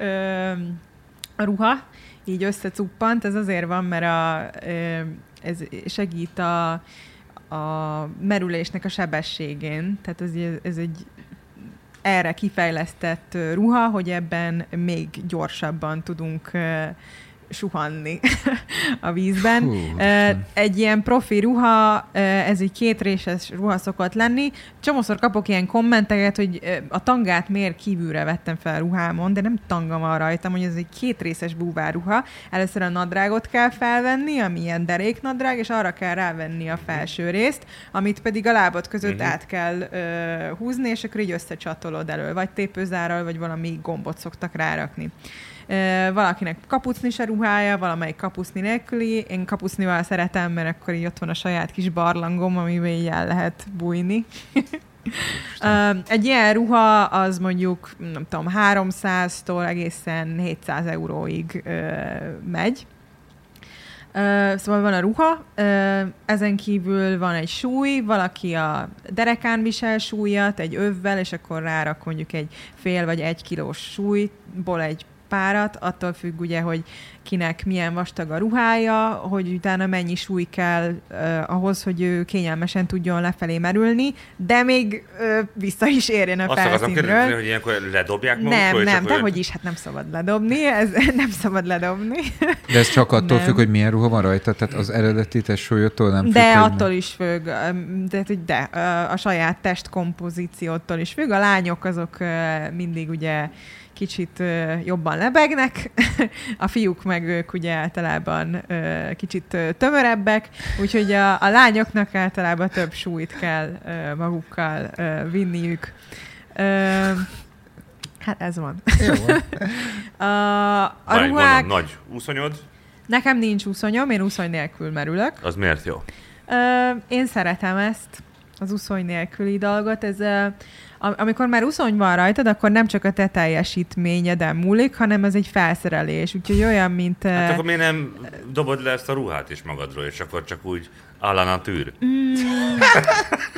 S5: ruha, így összecuppant. Ez azért van, mert ez segít a merülésnek a sebességén. Tehát ez egy erre kifejlesztett ruha, hogy ebben még gyorsabban tudunk suhanni a vízben. Egy ilyen profi ruha, ez egy kétréses ruha szokott lenni. Csomószor kapok ilyen kommenteket, hogy a tangát miért kívülre vettem fel a ruhámon, de nem tanga van rajtam, hogy ez egy kétrészes búvárruha. Először a nadrágot kell felvenni, ami ilyen deréknadrág, és arra kell rávenni a felső részt, amit pedig a lábad között át kell húzni, és akkor így összecsatolod elől, vagy tépőzárral, vagy valami gombot szoktak rárakni. Valakinek kapucnis a ruhája, valamelyik kapucni nélküli. Én kapucnival szeretem, mert akkor így ott van a saját kis barlangom, amivel így el lehet bújni. Egy ilyen ruha az mondjuk, nem tudom, 300-tól egészen 700 euróig megy. Szóval van a ruha, ezen kívül van egy súly, valaki a derekán visel súlyat, egy övvel, és akkor rárak mondjuk egy fél vagy 1 kilós súlyból egy párat, attól függ ugye, hogy kinek milyen vastag a ruhája, hogy utána mennyi súly kell ahhoz, hogy ő kényelmesen tudjon lefelé merülni, de még vissza is érjen a felszínről.
S4: Azt akartam kérdezni, hogy ilyenkor ledobják magukról?
S5: Nem, dehogy is, hát nem szabad ledobni, ez nem szabad ledobni.
S3: De ez csak attól
S5: Nem.
S3: függ, hogy milyen ruha van rajta, tehát az eredeti testsúlyodtól nem függ,
S5: De
S3: hogy
S5: attól is függ, de a saját testkompozíciótól is függ. A lányok azok mindig ugye kicsit jobban lebegnek, a fiúk meg ők ugye általában kicsit tömörebbek, úgyhogy a lányoknak általában több súlyt kell magukkal vinniük. Hát ez van.
S3: Jó van.
S5: A ruhák...
S4: Nagy úszonyod?
S5: Nekem nincs úszonyom, én úszony nélkül merülök.
S4: Az miért jó?
S5: Én szeretem ezt, az úszony nélküli dolgot. Ez, amikor már úszony van rajtad, akkor nem csak a te teljesítményeden múlik, hanem ez egy felszerelés. Úgyhogy olyan, mint...
S4: Hát akkor miért nem dobod le ezt a ruhát is magadról, és akkor csak úgy áll a tűr?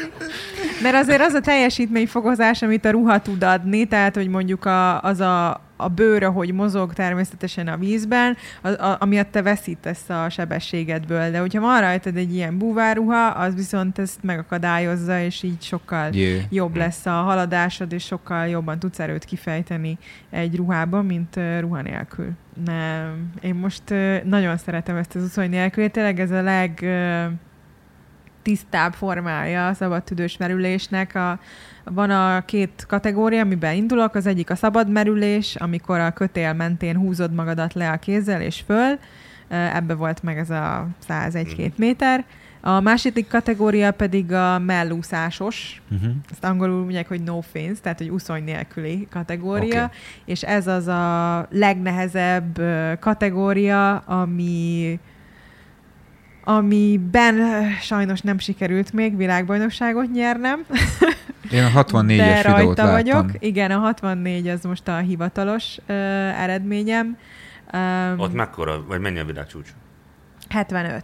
S5: Mert azért az a teljesítményfokozás, amit a ruha tud adni, tehát, hogy mondjuk az a a bőr, ahogy mozog természetesen a vízben, amiatt te veszítesz a sebességedből. De hogyha van rajtad egy ilyen búvárruha, az viszont ezt megakadályozza, és így sokkal jobb lesz a haladásod, és sokkal jobban tudsz erőt kifejteni egy ruhában, mint ruha nélkül. Nem. Én most nagyon szeretem ezt az uszony nélkül. Tényleg ez a legtisztább formája a szabadtüdős merülésnek. Van a két kategória, amiben indulok. Az egyik a szabad merülés, amikor a kötél mentén húzod magadat le a kézzel és föl. Ebbe volt meg ez a 101-2 méter. A második kategória pedig a mellúszásos. Ezt angolul mondják, hogy no fins, tehát hogy úszony nélküli kategória. Okay. És ez az a legnehezebb kategória, amiben sajnos nem sikerült még világbajnokságot nyernem.
S3: Én a 64-es
S5: de
S3: videót láttam.
S5: vagyok. Igen, a 64 az most a hivatalos eredményem.
S4: Ott mekkora, vagy mennyi a világcsúcs?
S5: 75.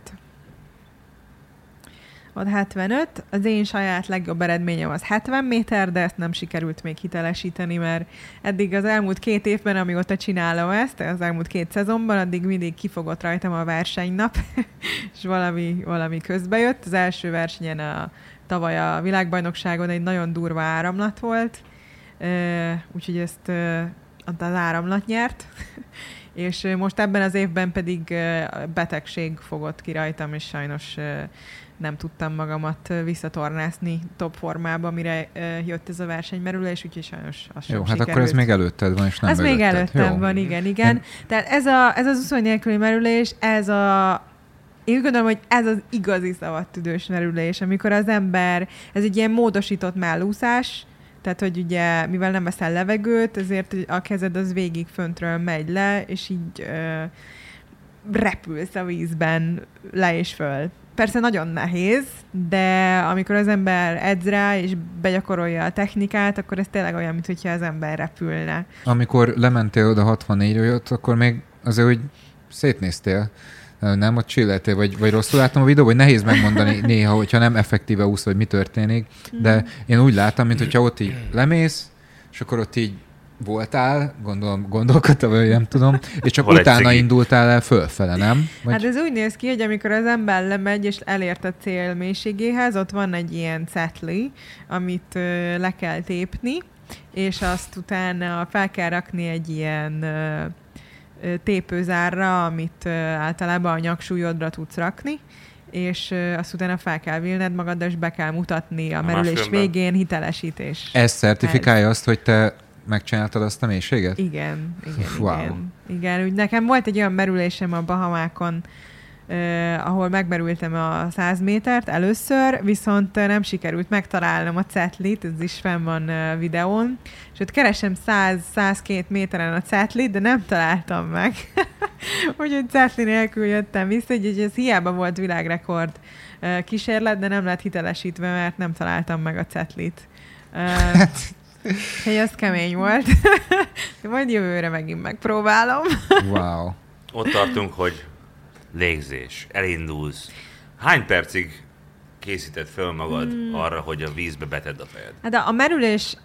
S5: Ott 75. Az én saját legjobb eredményem az 70 méter, de ezt nem sikerült még hitelesíteni, mert eddig az elmúlt 2 évben, amióta csinálom ezt, az elmúlt 2 szezonban, addig mindig kifogott rajtam a versenynap, és valami közbe jött. Az első versenyen tavaly a világbajnokságon egy nagyon durva áramlat volt, úgyhogy ezt az áramlat nyert. És most ebben az évben pedig betegség fogott ki rajtam, és sajnos nem tudtam magamat visszatornászni top formába, mire jött ez a versenymerülés, úgyhogy sajnos az sem
S3: Jó, hát
S5: sikerült.
S3: akkor ez még előtted van, és nem
S5: ez
S3: előtted.
S5: még előttem van, igen. Tehát ez az úszony nélküli merülés, én úgy gondolom, hogy ez az igazi szabadtüdős merülés, amikor az ember, ez egy ilyen módosított mellúszás, tehát, hogy ugye, mivel nem veszel levegőt, ezért a kezed az végig föntről megy le, és így repülsz a vízben le és föl. Persze nagyon nehéz, de amikor az ember edz rá, és begyakorolja a technikát, akkor ez tényleg olyan, mintha az ember repülne.
S3: Amikor lementél oda 64-ről, akkor még azért, hogy szétnéztél. Nem, ott chilleltél, vagy rosszul láttam a videóban, vagy nehéz megmondani néha, hogyha nem effektíve úsz, hogy mi történik, de én úgy láttam, mint hogyha ott így lemész, és akkor ott így voltál, gondolkodtam, vagy nem tudom, és csak utána indultál el fölfele, nem? Vagy...
S5: Hát ez úgy néz ki, hogy amikor az ember lemegy, és elért a cél mélységéhez, ott van egy ilyen cetli, amit le kell tépni, és azt utána fel kell rakni egy ilyen tépőzárra, amit általában a nyaksúlyodra tudsz rakni, és azt utána fel kell vilned magad, és be kell mutatni a merülés végén hitelesítés.
S3: Ez certifikálja azt, hogy te megcsináltad azt a mélységet?
S5: Igen.
S3: Wow.
S5: Igen, úgy nekem volt egy olyan merülésem a Bahamákon, ahol megmerültem a 100 métert először, viszont nem sikerült megtalálnom a cetlit, ez is fenn van videón, és ott keresem 100-102 méteren a cetlit, de nem találtam meg. Úgyhogy cetli nélkül jöttem vissza, úgyhogy ez hiába volt világrekord kísérlet, de nem lett hitelesítve, mert nem találtam meg a cetlit. Úgyhogy az kemény volt. Majd jövőre megint megpróbálom.
S3: Wow.
S4: Ott tartunk, hogy légzés, elindulsz. Hány percig készíted föl magad arra, hogy a vízbe betedd a fejed?
S5: Hát a merülés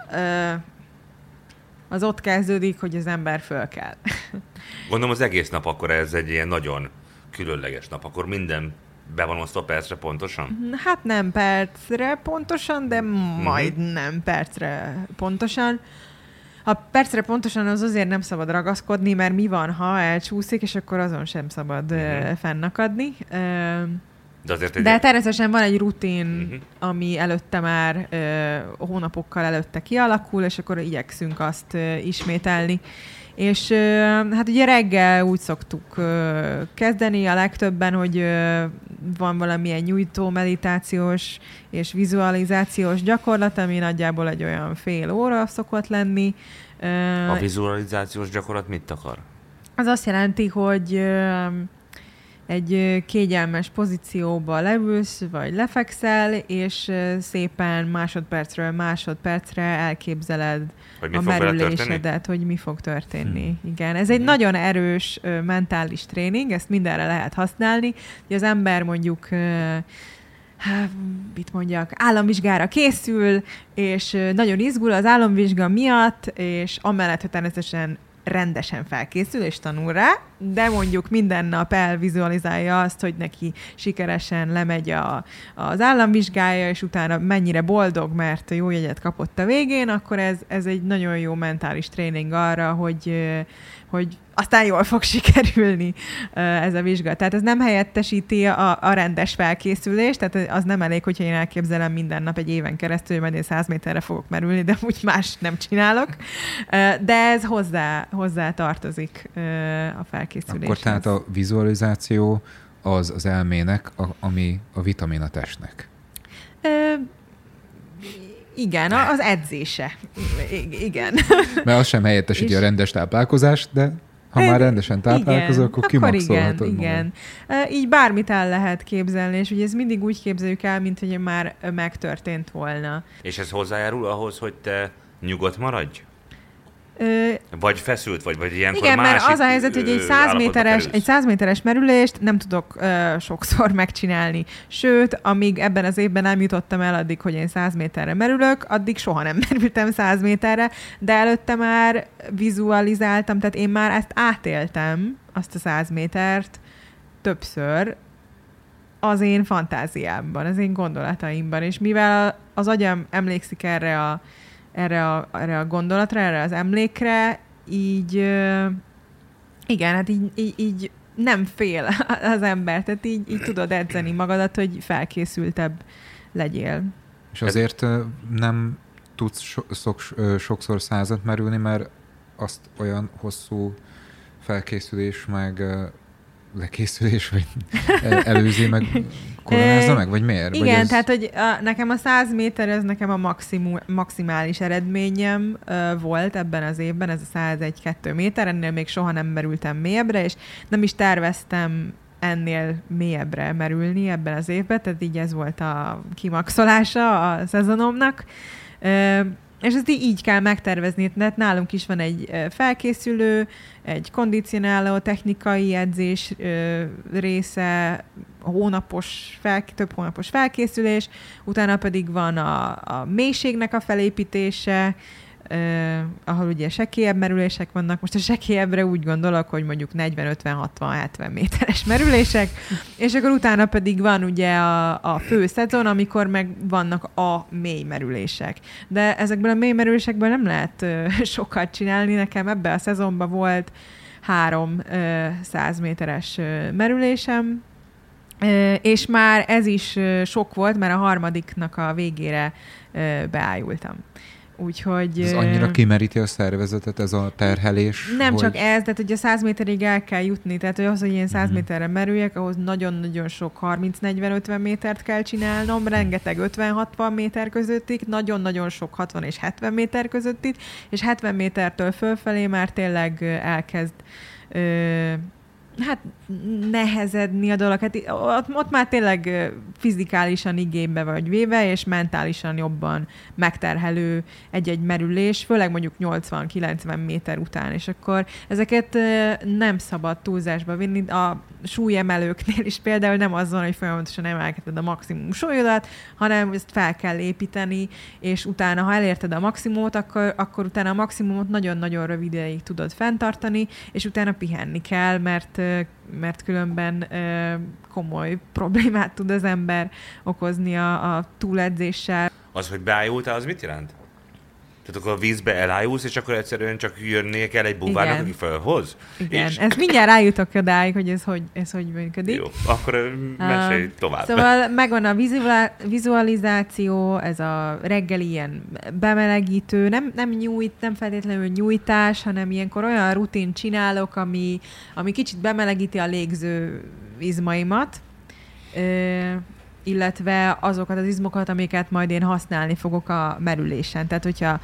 S5: az ott kezdődik, hogy az ember föl kell.
S4: Gondolom az egész nap akkor ez egy ilyen nagyon különleges nap. Akkor minden be van osztva percre pontosan?
S5: Hát nem percre pontosan, de majdnem percre pontosan. Ha percre pontosan, az azért nem szabad ragaszkodni, mert mi van, ha elcsúszik, és akkor azon sem szabad fennakadni. De természetesen van egy rutin, ami előtte már hónapokkal előtte kialakul, és akkor igyekszünk azt ismételni. És hát ugye reggel úgy szoktuk kezdeni a legtöbben, hogy van valamilyen nyújtó meditációs és vizualizációs gyakorlat, ami nagyjából egy olyan fél óra szokott lenni.
S4: A vizualizációs gyakorlat mit akar?
S5: Az azt jelenti, hogy egy kényelmes pozícióba leülsz, vagy lefekszel, és szépen másodpercről másodpercre elképzeled a merülésedet, hogy mi fog történni. Igen, ez egy nagyon erős mentális tréning, ezt mindenre lehet használni. Hogy az ember mondjuk mit mondjak, államvizsgára készül, és nagyon izgul az államvizsga miatt, és amellett, hogy természetesen rendesen felkészül és tanul rá, de mondjuk minden nap elvizualizálja azt, hogy neki sikeresen lemegy az államvizsgája, és utána mennyire boldog, mert jó jegyet kapott a végén, akkor ez egy nagyon jó mentális tréning arra, hogy aztán jól fog sikerülni ez a vizsga. Tehát ez nem helyettesíti a rendes felkészülést, tehát az nem elég, hogyha én elképzelem minden nap egy éven keresztül, hogy majd én 100 méterre fogok merülni, de úgy más nem csinálok. De ez hozzá tartozik a felkészüléshez.
S3: Akkor tehát a vizualizáció az elmének, ami a vitamin a testnek.
S5: Igen, az edzése. Igen.
S3: Mert az sem helyettesíti a rendes táplálkozást, de ha már rendesen táplálkozol, akkor kimaxolhatod magad.
S5: Igen. Így bármit el lehet képzelni, és ugye ez mindig úgy képzeljük el, mint hogy már megtörtént volna.
S4: És ez hozzájárul ahhoz, hogy te nyugodt maradj? Vagy feszült vagy ilyenkor
S5: igen,
S4: másik
S5: mert az a helyzet, hogy egy 100 méteres merülést nem tudok sokszor megcsinálni. Sőt, amíg ebben az évben nem jutottam el addig, hogy én 100 méterre merülök, addig soha nem merültem 100 méterre, de előtte már vizualizáltam, tehát én már ezt átéltem, azt a 100 métert többször az én fantáziámban, az én gondolataimban, és mivel az agyam emlékszik erre a gondolatra, erre az emlékre, így igen, hát így nem fél az ember, tehát így tudod edzeni magadat, hogy felkészültebb legyél.
S3: És azért nem tudsz sokszor 100-at merülni, mert azt olyan hosszú felkészülés, meg lekészülés, vagy előzi, meg koronázza meg, vagy miért?
S5: Igen,
S3: vagy ez...
S5: tehát hogy nekem a 100 méter, ez nekem a maximális eredményem volt ebben az évben, ez a 101-2 méter, ennél még soha nem merültem mélyebbre, és nem is terveztem ennél mélyebbre merülni ebben az évben, tehát így ez volt a kimaxolása a szezonomnak. És ezt így kell megtervezni, mert nálunk is van egy felkészülő, egy kondicionáló, technikai edzés része, több hónapos felkészülés, utána pedig van a mélységnek a felépítése, ahol ugye sekélyebb merülések vannak. Most a sekélyebbre úgy gondolok, hogy mondjuk 40-50-60-70 méteres merülések, és akkor utána pedig van ugye a fő szezon, amikor meg vannak a mély merülések. De ezekből a mély merülésekből nem lehet sokat csinálni. Nekem ebben a szezonban volt 3 100 méteres merülésem, és már ez is sok volt, mert a harmadiknak a végére beájultam. Úgyhogy...
S3: Ez annyira kimeríti a szervezetet, ez a terhelés?
S5: Nem csak ez, tehát hogy a 100 méterig el kell jutni, tehát hogy az, hogy én 100 méterre merüljek, ahhoz nagyon-nagyon sok 30-40-50 métert kell csinálnom, rengeteg 50-60 méter közöttig, nagyon-nagyon sok 60 és 70 méter közöttig, és 70 métertől fölfelé már tényleg elkezd nehezedni a dolog. Hát ott már tényleg fizikálisan igénybe vagy véve, és mentálisan jobban megterhelő egy-egy merülés, főleg mondjuk 80-90 méter után, és akkor ezeket nem szabad túlzásba vinni. A súlyemelőknél is például nem az van, hogy folyamatosan emelkeded a maximum súlyodat, hanem ezt fel kell építeni, és utána, ha elérted a maximumot, akkor utána a maximumot nagyon-nagyon rövid ideig tudod fenntartani, és utána pihenni kell, mert különben komoly problémát tud az ember okozni a túledzéssel.
S4: Az, hogy beájultál, az mit jelent? Tehát akkor a vízbe elájulsz, és akkor egyszerűen csak jönnie kell egy búvárnak, aki felhoz?
S5: Igen,
S4: és...
S5: ezt mindjárt rájutok odáig, hogy ez hogy működik.
S4: Jó, akkor mesélj tovább.
S5: Szóval megvan a vizualizáció, ez a reggeli ilyen bemelegítő, nem feltétlenül nyújtás, hanem ilyenkor olyan rutin csinálok, ami kicsit bemelegíti a légző izmaimat, illetve azokat az izmokat, amiket majd én használni fogok a merülésen. Tehát, hogyha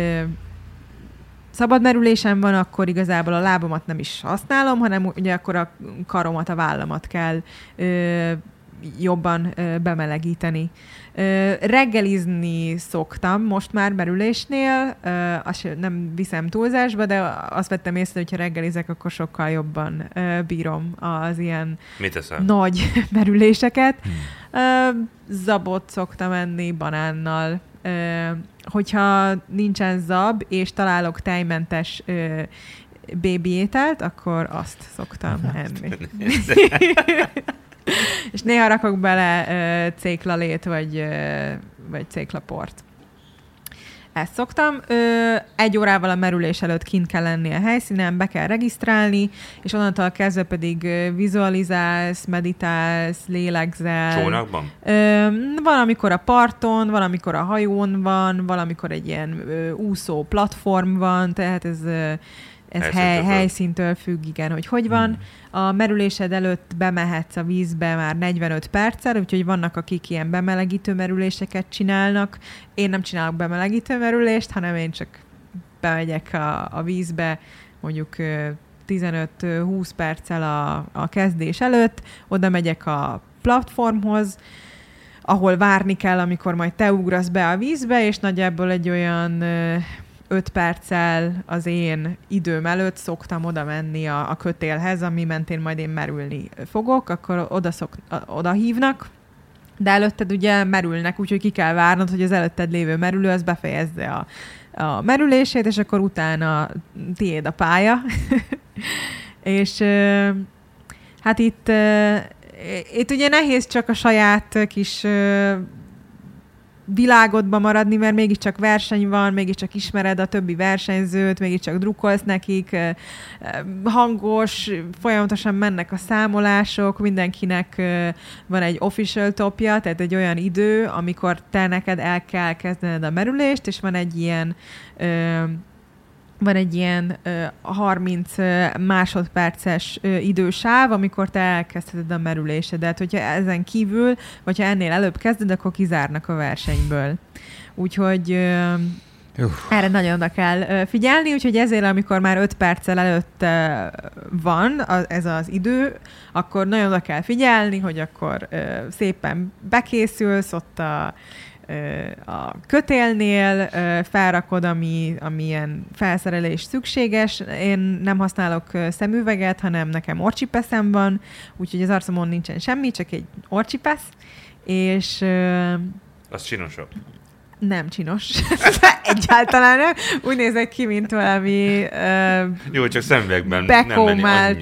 S5: szabad merülésem van, akkor igazából a lábamat nem is használom, hanem ugye akkor a karomat, a vállamat kell jobban bemelegíteni. Reggelizni szoktam most már merülésnél, azt nem viszem túlzásba, de azt vettem észre, hogyha reggelizek, akkor sokkal jobban bírom az ilyen nagy merüléseket. Zabot szoktam enni banánnal. Hogyha nincsen zab, és találok tejmentes bébi ételt, akkor azt szoktam enni. És néha rakok bele céklalét, vagy céklaport. Ezt szoktam. 1 órával a merülés előtt kint kell lenni a helyszínen, be kell regisztrálni, és onnantól kezdve pedig vizualizálsz, meditálsz, lélegzel.
S4: Csónakban?
S5: Valamikor a parton, valamikor a hajón van, valamikor egy ilyen úszó platform van, tehát ez helyszíntől függ, igen, hogy van. A merülésed előtt bemehetsz a vízbe már 45 perccel, úgyhogy vannak, akik ilyen bemelegítő merüléseket csinálnak. Én nem csinálok bemelegítő merülést, hanem én csak bemegyek a vízbe mondjuk 15-20 perccel a kezdés előtt, oda megyek a platformhoz, ahol várni kell, amikor majd te ugrasz be a vízbe, és nagyjából egy olyan 5 perccel az én időm előtt szoktam oda menni a kötélhez, ami mentén majd én merülni fogok, akkor oda hívnak, de előtted ugye merülnek, úgyhogy ki kell várnod, hogy az előtted lévő merülő az befejezze a merülését, és akkor utána tiéd a pálya. És hát itt ugye nehéz csak a saját kis világodba maradni, mert mégiscsak verseny van, mégiscsak ismered a többi versenyzőt, mégiscsak drukkolsz nekik, hangos, folyamatosan mennek a számolások, mindenkinek van egy official topja, tehát egy olyan idő, amikor te neked el kell kezdened a merülést, és van egy ilyen 30 másodperces idősáv, amikor te elkezdheted a merülésedet. Hogyha ezen kívül, vagy ha ennél előbb kezded, akkor kizárnak a versenyből. Úgyhogy erre nagyon oda kell figyelni, úgyhogy ezért, amikor már 5 perccel előtt van ez az idő, akkor nagyon oda kell figyelni, hogy akkor szépen bekészülsz ott a kötélnél, felrakod, amilyen felszerelés szükséges. Én nem használok szemüveget, hanem nekem orcsipeszem van, úgyhogy az arcomon nincsen semmi, csak egy orcsipesz, és
S4: az csinosabb.
S5: Nem csinos. Egyáltalán nem. Úgy nézek ki, mint valami
S4: jó, csak szemüvegben
S5: bekómált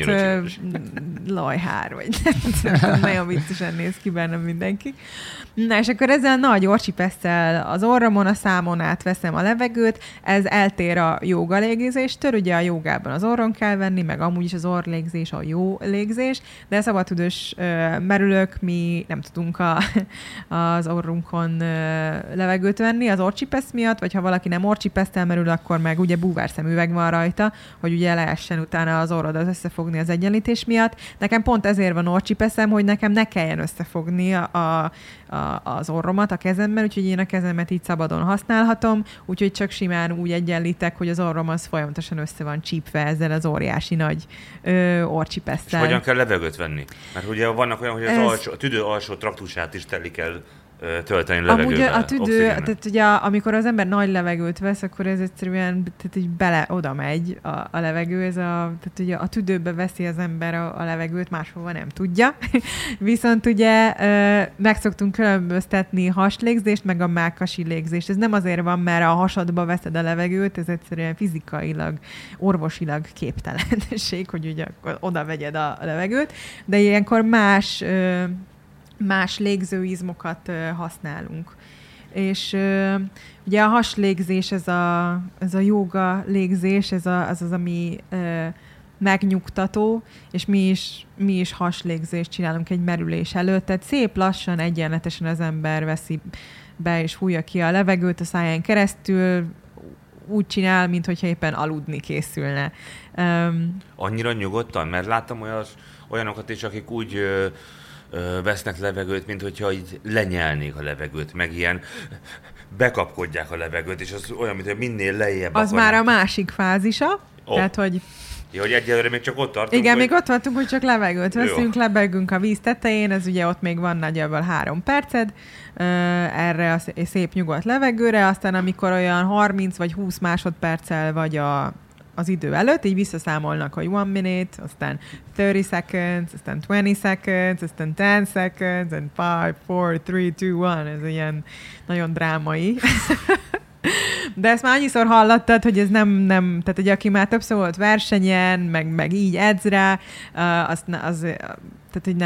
S5: lajhár, vagy nem, nagyon viccesen néz ki bennem mindenki. Na, és akkor ezzel nagy orcsipesszel az orromon, a számon át veszem a levegőt, ez eltér a jóga légzéstől, ugye a jogában az orron kell venni, meg amúgy is az orrlégzés a jó légzés, de szabadtüdős merülők, mi nem tudunk az orrunkon levegőt venni az orcsipesz miatt, vagy ha valaki nem orcsipesztel merül, akkor meg ugye búvárszemüveg van rajta, hogy ugye lehessen utána az orrodat összefogni az egyenlítés miatt. Nekem pont ezért van orcsipeszem, hogy nekem ne kelljen összefogni az orromat a kezemmel, úgyhogy én a kezemet így szabadon használhatom, úgyhogy csak simán úgy egyenlítek, hogy az orrom az folyamatosan össze van csípve ezzel az óriási nagy orcsipesszel.
S4: És hogyan kell levegőt venni? Mert ugye vannak olyan, hogy a tüdő alsó traktusát is telik el tölteni levegővel.
S5: Amúgy a tüdő, tehát ugye amikor az ember nagy levegőt vesz, akkor ez egyszerűen tehát így oda megy a levegő, tehát ugye a tüdőbe veszi az ember a levegőt, máshova nem tudja. Viszont ugye meg szoktunk különböztetni haslégzést, meg a mellkasi légzést. Ez nem azért van, mert a hasadba veszed a levegőt, ez egyszerűen fizikailag, orvosilag képtelenség, hogy ugye oda vegyed a levegőt, de ilyenkor más légzőizmokat használunk. És ugye a haslégzés, ez a jóga légzés, ez az, ami megnyugtató, és mi is haslégzést csinálunk egy merülés előtt, tehát szép lassan, egyenletesen az ember veszi be és fújja ki a levegőt a száján keresztül, úgy csinál, mintha éppen aludni készülne.
S4: Annyira nyugodtan? Mert láttam olyanokat is, akik úgy vesznek levegőt, mint hogyha így lenyelnék a levegőt, meg ilyen bekapkodják a levegőt, és az olyan, mint hogy minél lejjebb
S5: az már a másik fázisa, tehát, hogy
S4: jó, hogy egyelőre még csak ott tartunk.
S5: Igen, még ott tartunk, hogy csak levegőt veszünk, lebegünk a víz tetején, ez ugye ott még van nagyjából 3 perced erre a szép nyugodt levegőre, aztán amikor olyan 30 vagy 20 másodperccel vagy az idő előtt, így visszaszámolnak, hogy 1 minute, aztán 30 seconds, aztán 20 seconds, aztán 10 seconds, and 5, 4, 3, 2, 1, ez ilyen nagyon drámai De ezt már annyiszor hallottad, hogy ez nem tehát ugye aki már többször volt versenyen, meg így edz rá, tehát hogy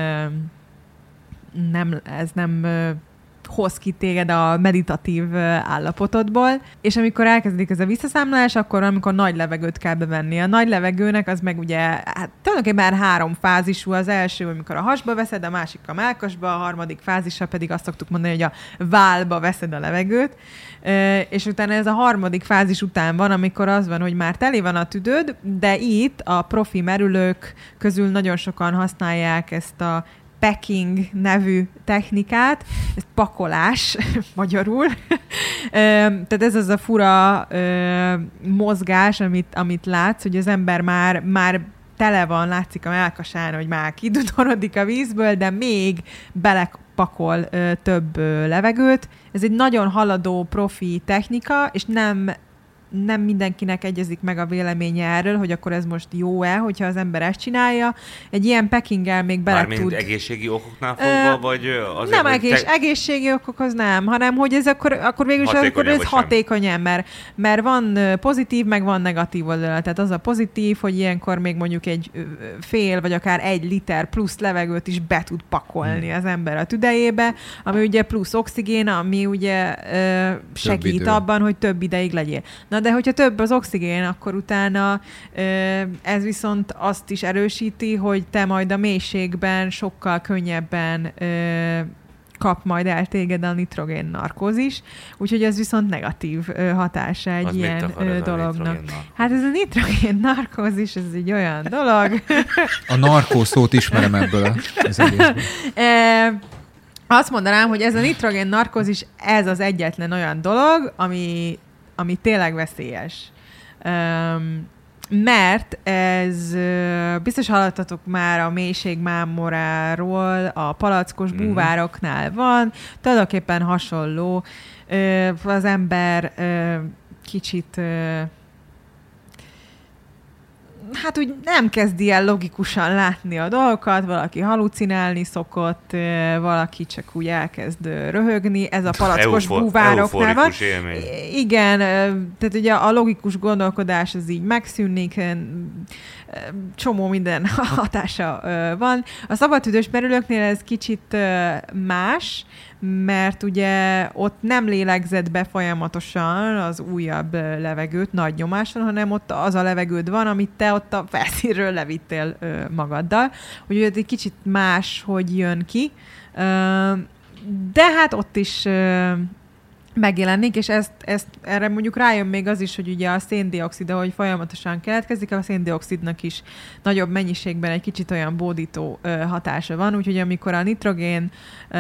S5: ez nem hoz ki téged a meditatív állapotodból, és amikor elkezdik ez a visszaszámlálás, akkor amikor nagy levegőt kell bevenni. A nagy levegőnek az meg ugye, hát tulajdonképpen már 3 fázisú. Az első, amikor a hasba veszed, a másik a mellkasba, a harmadik fázisa pedig azt szoktuk mondani, hogy a vállba veszed a levegőt, és utána ez a harmadik fázis után van, amikor az van, hogy már teli van a tüdőd, de itt a profi merülők közül nagyon sokan használják ezt a packing nevű technikát, ez pakolás magyarul. Tehát ez az a fura mozgás, amit látsz, hogy az ember már tele van, látszik a mellkasán, hogy már kidudorodik a vízből, de még belepakol több levegőt. Ez egy nagyon haladó profi technika, és nem mindenkinek egyezik meg a véleménye erről, hogy akkor ez most jó-e, hogyha az ember ezt csinálja. Egy ilyen packinggel még bele
S4: Mármint
S5: tud...
S4: egészségi okoknál fogva, vagy azért,
S5: nem egészségi okokhoz nem, hanem hogy ez akkor végül is akkor ez hatékonyan, mert van pozitív, meg van negatív oldala. Tehát az a pozitív, hogy ilyenkor még mondjuk egy fél, vagy akár 1 liter plusz levegőt is be tud pakolni az ember a tüdejébe, ami ugye plusz oxigén, ami ugye segít abban, hogy több ideig legyél. Na de hogyha több az oxigén, akkor utána ez viszont azt is erősíti, hogy te majd a mélységben sokkal könnyebben kap majd el téged a nitrogén narkózis, úgyhogy ez viszont negatív hatása egy ilyen dolognak. Hát ez a nitrogén narkózis, ez egy olyan dolog.
S3: A narkó szót ismerem ebből az egészből.
S5: Azt mondanám, hogy ez a nitrogén narkózis, ez az egyetlen olyan dolog, ami tényleg veszélyes. Mert ez, biztos hallottatok már a mélységmámoráról, a palackos búvároknál van, tulajdonképpen hasonló. Az ember kicsit hát úgy nem kezdi el logikusan látni a dolgokat, valaki halucinálni szokott, valaki csak úgy elkezd röhögni, ez a palackos búvároknál van.
S4: Élmény.
S5: Igen, tehát ugye a logikus gondolkodás az így megszűnik, csomó minden hatása van. A szabadtüdős merülőknél ez kicsit más, mert ugye ott nem lélegzed be folyamatosan az újabb levegőt nagy nyomáson, hanem ott az a levegőd van, amit te ott a felszínről levittél magaddal. Úgyhogy egy kicsit más, hogy jön ki. De hát ott is megjelenik, és erre mondjuk rájön még az is, hogy ugye a széndioxid, ahogy folyamatosan keletkezik, a széndioxidnak is nagyobb mennyiségben egy kicsit olyan bódító hatása van, úgyhogy amikor a nitrogén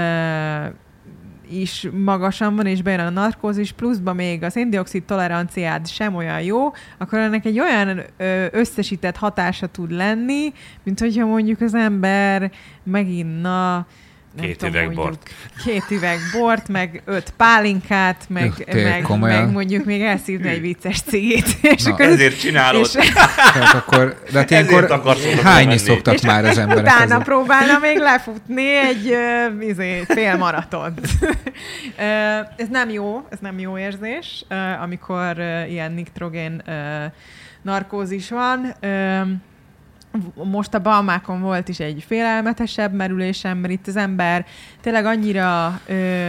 S5: is magasan van, és bejön a narkózis, pluszban még a széndioxid toleranciád sem olyan jó, akkor ennek egy olyan összesített hatása tud lenni, mint hogyha mondjuk az ember meginna
S4: 2 üveg bort.
S5: 2 üveg bort, meg 5 pálinkát, meg mondjuk még elszívni egy vicces cigit. És
S4: akkor ezért csinálod.
S3: Tehát akkor, de hát ilyenkor hányni szoktak már az emberek?
S5: Utána próbálna még lefutni egy fél maratont. Ez nem jó érzés, amikor ilyen nitrogén narkózis van. Most a Balmákon volt is egy félelmetesebb merülésem, mert itt az ember tényleg annyira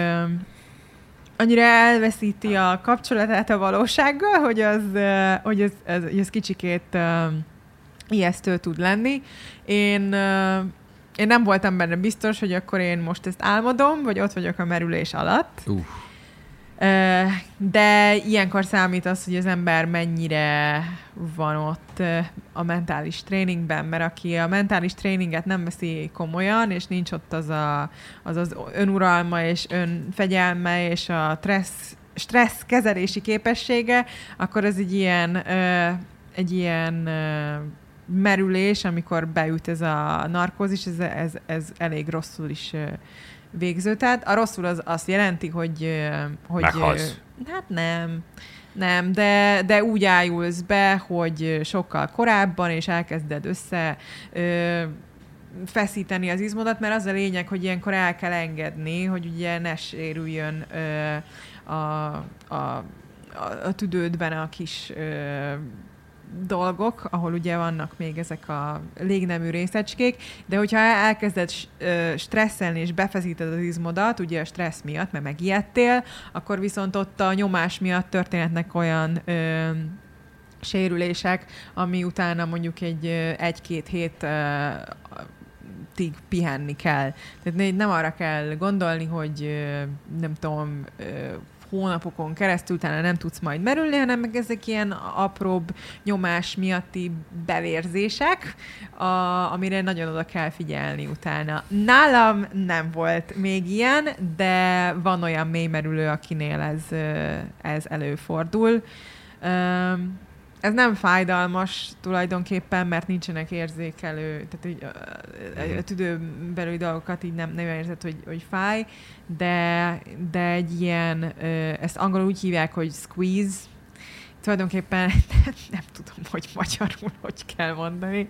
S5: elveszíti a kapcsolatát a valósággal, hogy az kicsikét ijesztő tud lenni. Én nem voltam benne biztos, hogy akkor én most ezt álmodom, vagy ott vagyok a merülés alatt. De ilyenkor számít az, hogy az ember mennyire van ott a mentális tréningben, mert aki a mentális tréninget nem veszi komolyan, és nincs ott az önuralma és önfegyelme és a stressz kezelési képessége, akkor ez egy ilyen merülés, amikor beüt ez a narkózis, ez elég rosszul is végző. Tehát a rosszul az azt jelenti, hogy
S4: meghalsz.
S5: Hát nem, de úgy ájulsz be, hogy sokkal korábban, és elkezded feszíteni az izmodat, mert az a lényeg, hogy ilyenkor el kell engedni, hogy ugye ne sérüljön a tüdődben a kis dolgok, ahol ugye vannak még ezek a légnemű részecskék, de hogyha elkezded stresszelni és befeszíted az izmodat, ugye a stressz miatt, mert megijedtél, akkor viszont ott a nyomás miatt történhetnek olyan sérülések, ami utána mondjuk egy-két hétig pihenni kell. Tehát nem arra kell gondolni, hogy nem tudom, hónapokon keresztül utána nem tudsz majd merülni, hanem meg ezek ilyen apróbb nyomás miatti bevérzések, amire nagyon oda kell figyelni utána. Nálam nem volt még ilyen, de van olyan mélymerülő, akinél ez előfordul. Ez nem fájdalmas tulajdonképpen, mert nincsenek érzékelő, tehát a tüdőn belüli dolgokat így nem érzed, hogy fáj, de egy ilyen, ezt angolul úgy hívják, hogy squeeze, tulajdonképpen nem tudom, hogy magyarul hogy kell mondani.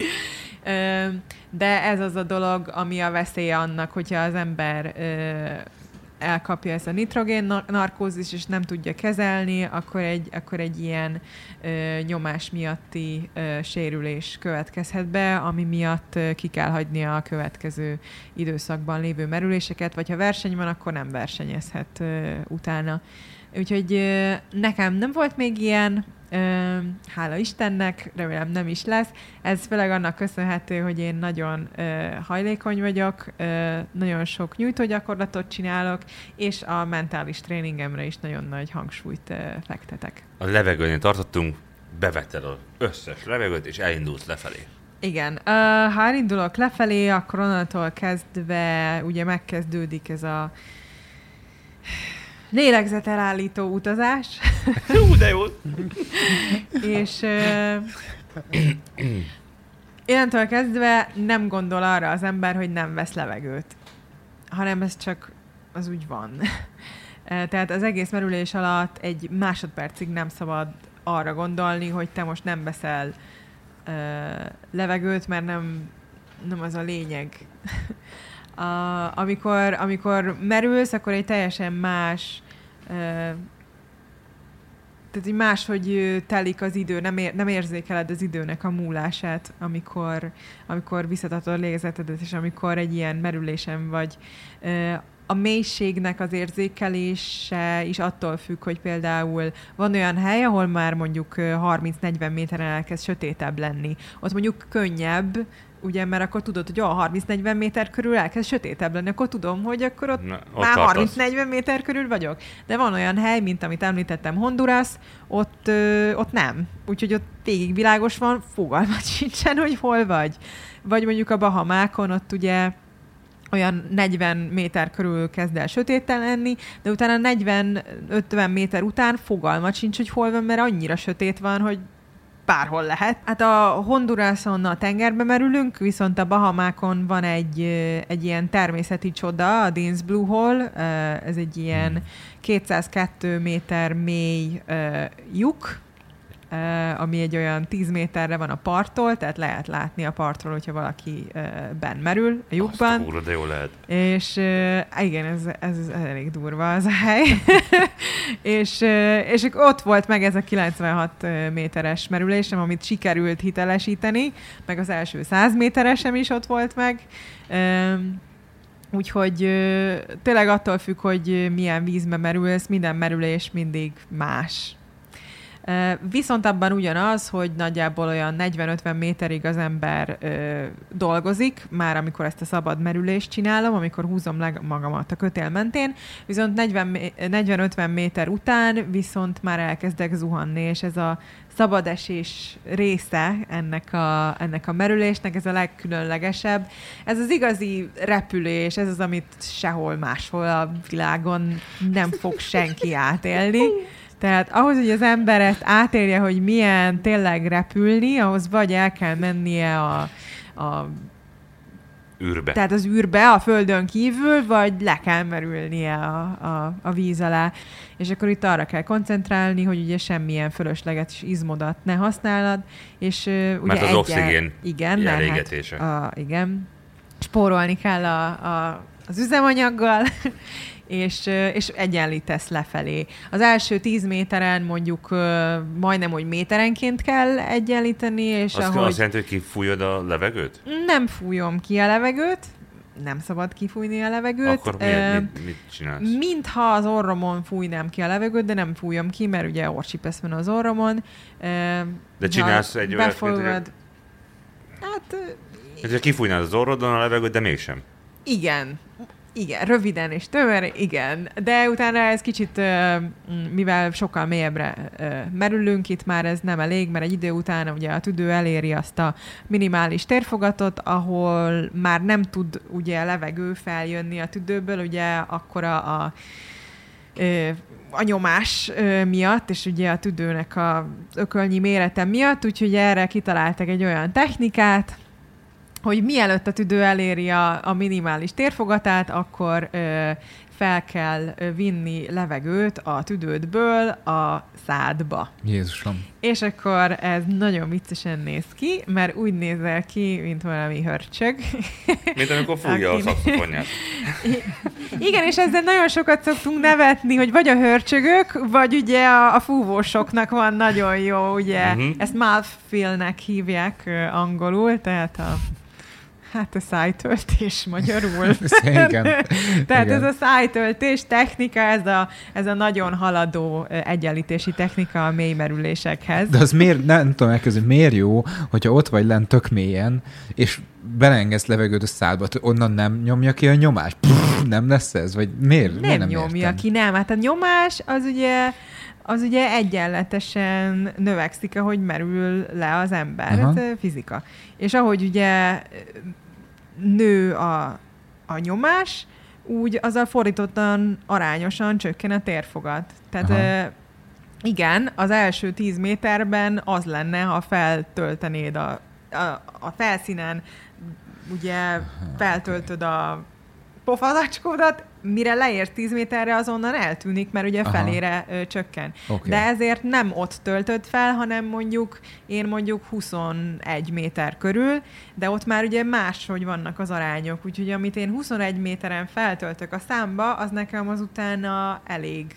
S5: De ez az a dolog, ami a veszélye annak, hogyha az ember elkapja ezt a nitrogén narkózis, és nem tudja kezelni, akkor egy ilyen nyomás miatti sérülés következhet be, ami miatt ki kell hagynia a következő időszakban lévő merüléseket, vagy ha verseny van, akkor nem versenyezhet utána. Úgyhogy nekem nem volt még ilyen, hála Istennek, remélem nem is lesz. Ez főleg annak köszönhető, hogy én nagyon hajlékony vagyok, nagyon sok nyújtógyakorlatot csinálok, és a mentális tréningemre is nagyon nagy hangsúlyt fektetek.
S4: A levegőnél tartottunk, bevetted az összes levegőt, és elindulsz lefelé.
S5: Igen. Ha elindulok lefelé, akkor onnantól kezdve ugye megkezdődik ez a lélegzetelállító utazás.
S4: De jó!
S5: És innentől kezdve nem gondol arra az ember, hogy nem vesz levegőt, hanem ez csak az úgy van. Tehát az egész merülés alatt egy másodpercig nem szabad arra gondolni, hogy te most nem veszel levegőt, mert nem az a lényeg. Amikor merülsz, akkor egy teljesen más, tehát így máshogy telik az idő, nem érzékeled az időnek a múlását, amikor visszatartod a lélegzetedet, és amikor egy ilyen merülésen vagy. A mélységnek az érzékelése is attól függ, hogy például van olyan hely, ahol már mondjuk 30-40 méteren elkezd sötétebb lenni. Ott mondjuk könnyebb, ugye, mert akkor tudod, hogy 30-40 méter körül elkezd sötétebb lenni, akkor tudom, hogy akkor ott már 30-40 méter körül vagyok. De van olyan hely, mint amit említettem, Honduras, ott nem. Úgyhogy ott végig világos van, fogalmat sincsen, hogy hol vagy. Vagy mondjuk a Bahamákon, ott ugye olyan 40 méter körül kezd el sötéten lenni, de utána 40-50 méter után fogalmat sincs, hogy hol van, mert annyira sötét van, hogy bárhol lehet. Hát a Hondurason a tengerbe merülünk, viszont a Bahamákon van egy ilyen természeti csoda, a Dean's Blue Hole. Ez egy ilyen 202 méter mély lyuk, ami egy olyan 10 méterre van a parttól, tehát lehet látni a partról, hogyha valaki benn merül a lyukban.
S4: Azt de jó lehet.
S5: És igen, ez elég durva az a hely. és ott volt meg ez a 96 méteres merülésem, amit sikerült hitelesíteni, meg az első 100 méteresem is ott volt meg. Úgyhogy tényleg attól függ, hogy milyen vízbe merülsz, minden merülés mindig más. Viszont abban ugyanaz, hogy nagyjából olyan 40-50 méterig az ember dolgozik, már amikor ezt a szabad merülést csinálom, amikor húzom le magamat a kötél mentén, viszont 40-50 méter után viszont már elkezdek zuhanni, és ez a szabadesés része ennek a merülésnek, ez a legkülönlegesebb. Ez az igazi repülés, ez az, amit sehol máshol a világon nem fog senki átélni. Tehát ahhoz, hogy az ember ezt átélje, hogy milyen tényleg repülni, ahhoz vagy el kell mennie a
S4: űrbe.
S5: Tehát az űrbe, a földön kívül, vagy le kell merülnie a víz alá. És akkor itt arra kell koncentrálni, hogy ugye semmilyen fölösleges izmodat ne használod. És, ugye
S4: mert az oxigén
S5: elégetése. Igen. Spórolni kell az üzemanyaggal, és egyenlítesz lefelé. Az első 10 méteren mondjuk majdnem, hogy méterenként kell egyenlíteni, és
S4: azt jelenti, hogy kifújod a levegőt?
S5: Nem fújom ki a levegőt, nem szabad kifújni a levegőt.
S4: Akkor mit csinálsz?
S5: Mintha az orromon fújnám ki a levegőt, de nem fújom ki, mert ugye orcsipesz van az orromon.
S4: De csinálsz egy olyat, mint hogy... Hát... kifújnád az orrodon a levegőt, de mégsem.
S5: Igen, röviden és tömören, igen. De utána ez kicsit, mivel sokkal mélyebbre merülünk, itt már ez nem elég, mert egy idő után ugye a tüdő eléri azt a minimális térfogatot, ahol már nem tud ugye levegő feljönni a tüdőből, ugye akkor a nyomás miatt, és ugye a tüdőnek az ökölnyi mérete miatt, úgyhogy erre kitaláltak egy olyan technikát, hogy mielőtt a tüdő eléri a minimális térfogatát, akkor fel kell vinni levegőt a tüdődből a szádba.
S3: Jézusom.
S5: És akkor ez nagyon viccesen néz ki, mert úgy nézel ki, mint valami hörcsög.
S4: Mint amikor fújja a szaxofonját.
S5: Igen, és ezzel nagyon sokat szoktunk nevetni, hogy vagy a hörcsögök, vagy ugye a fúvósoknak van nagyon jó, ugye, ezt mouthfeel-nek hívják angolul, tehát a szájtöltés magyarul.
S3: Igen.
S5: Tehát
S3: igen.
S5: ez a szájtöltés technika, ez a nagyon haladó egyenlítési technika a mélymerülésekhez.
S3: De az miért, nem tudom elkezdeni, miért jó, hogyha ott vagy lent tök mélyen, és belengedsz levegőt a szádba, onnan nem nyomja ki a nyomás? Nem lesz ez? Vagy miért?
S5: Nem nyomja ki, nem. Hát a nyomás az ugye egyenletesen növekszik, ahogy merül le az ember. Ez fizika. És ahogy ugye nő a nyomás, úgy azzal fordítottan arányosan csökken a térfogat. Tehát igen, az első 10 méterben az lenne, ha feltöltenéd a felszínen, ugye feltöltöd a pofazacskódat, mire leérsz 10 méterre, azonnal eltűnik, mert ugye felére csökken.
S3: Okay.
S5: De ezért nem ott töltöd fel, hanem mondjuk 21 méter körül, de ott már ugye máshogy vannak az arányok, úgyhogy amit én 21 méteren feltöltök a számba, az nekem az utána elég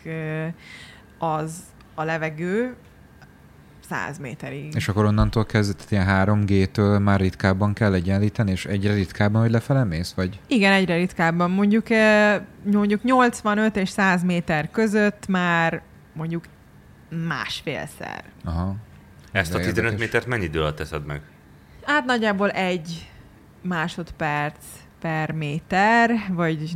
S5: az a levegő 100 méterig.
S3: És akkor onnantól kezdve, ilyen 3G-től már ritkábban kell egyenlíteni, és egyre ritkábban, hogy lefele mész, vagy?
S5: Igen, egyre ritkábban. Mondjuk 85 és 100 méter között már mondjuk másfélszer.
S3: Aha.
S4: Ezt a 15 métert mennyi idő alatt teszed meg?
S5: Hát nagyjából 1 másodperc per méter, vagy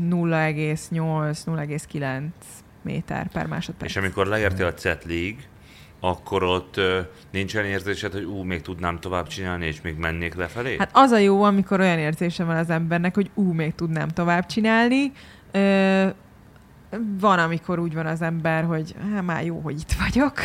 S5: 0,8-0,9 méter per másodperc.
S4: És amikor leértél a cetlig, akkor ott nincsen érzésed, hogy még tudnám tovább csinálni, és még mennék lefelé?
S5: Hát az a jó, amikor olyan érzése van az embernek, hogy még tudnám tovább csinálni. Van, amikor úgy van az ember, hogy már jó, hogy itt vagyok.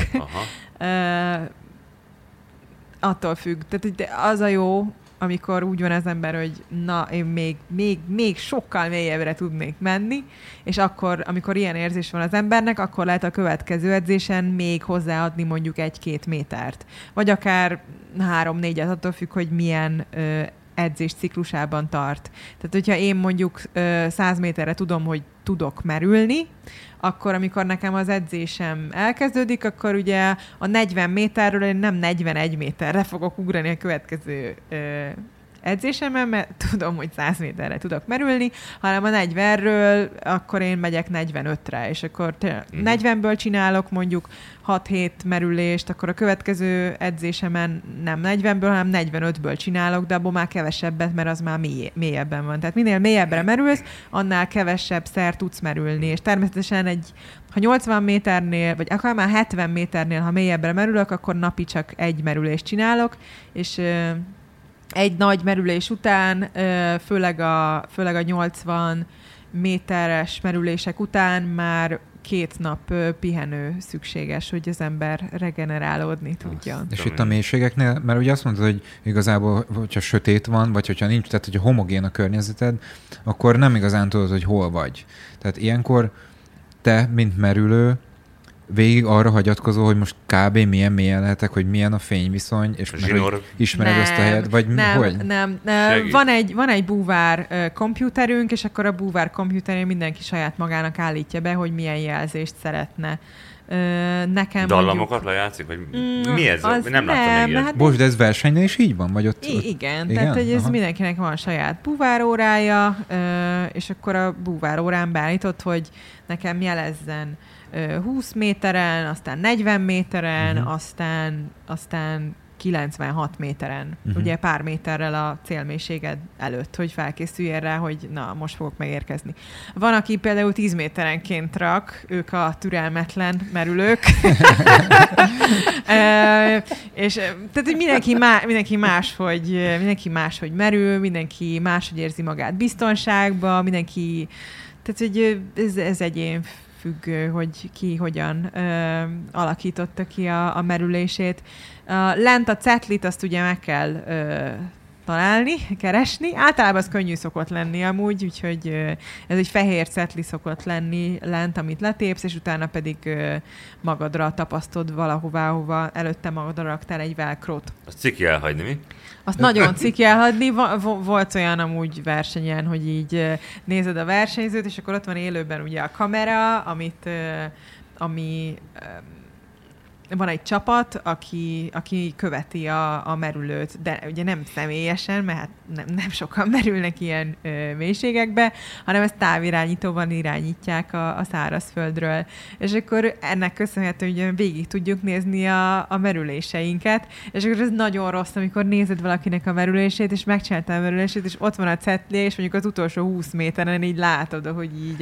S5: Attól függ. Tehát az a jó, amikor úgy van az ember, hogy én még sokkal mélyebbre tudnék menni, és akkor, amikor ilyen érzés van az embernek, akkor lehet a következő edzésen még hozzáadni mondjuk 1-2 métert. Vagy akár 3-4-et, attól függ, hogy milyen edzés ciklusában tart. Tehát, hogyha én mondjuk 100 méterre tudom, hogy tudok merülni, akkor amikor nekem az edzésem elkezdődik, akkor ugye a 40 méterről én nem 41 méterre fogok ugrani a következő edzésemben, mert tudom, hogy 100 méterre tudok merülni, hanem a 40-ről akkor én megyek 45-re, és akkor 40-ből csinálok mondjuk 6-7 merülést, akkor a következő edzésemen nem 40-ből, hanem 45-ből csinálok, de abból már kevesebbet, mert az már mélyebben van. Tehát minél mélyebbre merülsz, annál kevesebb szer tudsz merülni, és természetesen ha 80 méternél, vagy akár már 70 méternél, ha mélyebbre merülök, akkor napi csak egy merülést csinálok, és egy nagy merülés után, főleg a 80 méteres merülések után már 2 nap pihenő szükséges, hogy az ember regenerálódni tudjon.
S3: És itt a mélységeknél, mert ugye azt mondtad, hogy igazából, hogyha sötét van, vagy hogyha nincs, tehát hogyha homogén a környezeted, akkor nem igazán tudod, hogy hol vagy. Tehát ilyenkor te, mint merülő, végig arra hagyatkozol, hogy most kb. Milyen mélyen lehetek, hogy milyen a fényviszony, és meg, hogy ismered azt a helyet, vagy hogy?
S5: Nem. Van egy búvár komputerünk, és akkor a búvár komputerén mindenki saját magának állítja be, hogy milyen jelzést szeretne. Nekem
S4: dallamokat lejátszik? Vagy mi ez? Nem láttam még ilyet.
S5: Hát
S3: Bocs, de ez versenynél is így van? Vagy ott,
S5: igen, tehát hogy ez mindenkinek van saját búvárórája, és akkor a búvárórán beállított, hogy nekem jelezzen 20 méteren, aztán 40 méteren, aztán 96 méteren, ugye pár méterrel a célmélységed előtt, hogy felkészüljél rá, hogy na, most fogok megérkezni. Van, aki például 10 méterenként rak, ők a türelmetlen merülők. És tehát, hogy mindenki máshogy merül, mindenki máshogy érzi magát biztonságban, mindenki, tehát, hogy ez egyén függő, hogy ki hogyan alakította ki a merülését. Lent a cetlit azt ugye meg kell találni, keresni. Általában az könnyű szokott lenni amúgy, úgyhogy ez egy fehér cetli szokott lenni lent, amit letépsz, és utána pedig magadra tapasztod valahová, hova előtte magadra raktál egy velcrót.
S4: Azt ciki elhagyni, mi?
S5: Azt nagyon ciki elhagyni. Volt olyan amúgy versenyen, hogy így nézed a versenyzőt, és akkor ott van élőben ugye a kamera, ami van egy csapat, aki követi a merülőt, de ugye nem személyesen, mert hát nem sokan merülnek ilyen mélységekbe, hanem ezt távirányítóban irányítják a szárazföldről. És akkor ennek köszönhető, hogy végig tudjuk nézni a merüléseinket, és akkor ez nagyon rossz, amikor nézed valakinek a merülését, és megcsinálta a merülését, és ott van a cetli, és mondjuk az utolsó 20 méteren így látod, hogy így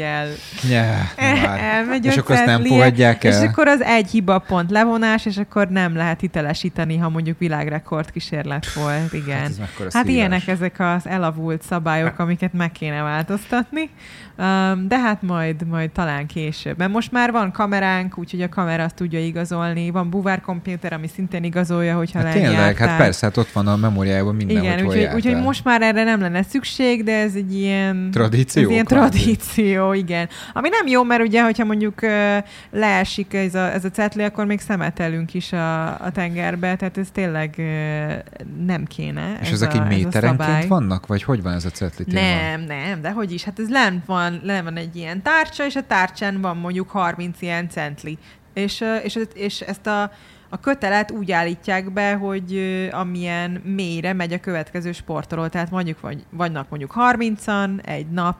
S5: elmegy
S3: és
S5: a
S3: akkor azt nem
S5: cetlie,
S3: fogadják el.
S5: és akkor az egy hiba pont levonás, és akkor nem lehet hitelesíteni, ha mondjuk világrekord kísérlet volt. Igen. Hát ilyenek ezek az elavult szabályok, amiket meg kéne változtatni. De hát majd talán később. Mert most már van kameránk, úgyhogy a kamera azt tudja igazolni. Van búvárkomputer, ami szintén igazolja, hogyha lenjártál.
S3: Tényleg, hát persze, hát ott van a memóriájában minden,
S5: igen,
S3: hogy
S5: úgyhogy most már erre nem lenne szükség, de ez egy ilyen
S3: tradíció,
S5: igen. Ami nem jó, mert ugye, hogyha mondjuk leesik ez a cetli, akkor még szemetelünk is a tengerbe, tehát ez tényleg nem kéne.
S3: És ezek így méterenként vannak? Vagy hogy van ez a cetli téma?
S5: Nem, de hogy is? Hát ez lent van egy ilyen tárcsa, és a tárcsán van mondjuk 30 ilyen centli. És ezt a kötelet úgy állítják be, hogy amilyen mélyre megy a következő sportoló. Tehát vannak mondjuk 30-an egy nap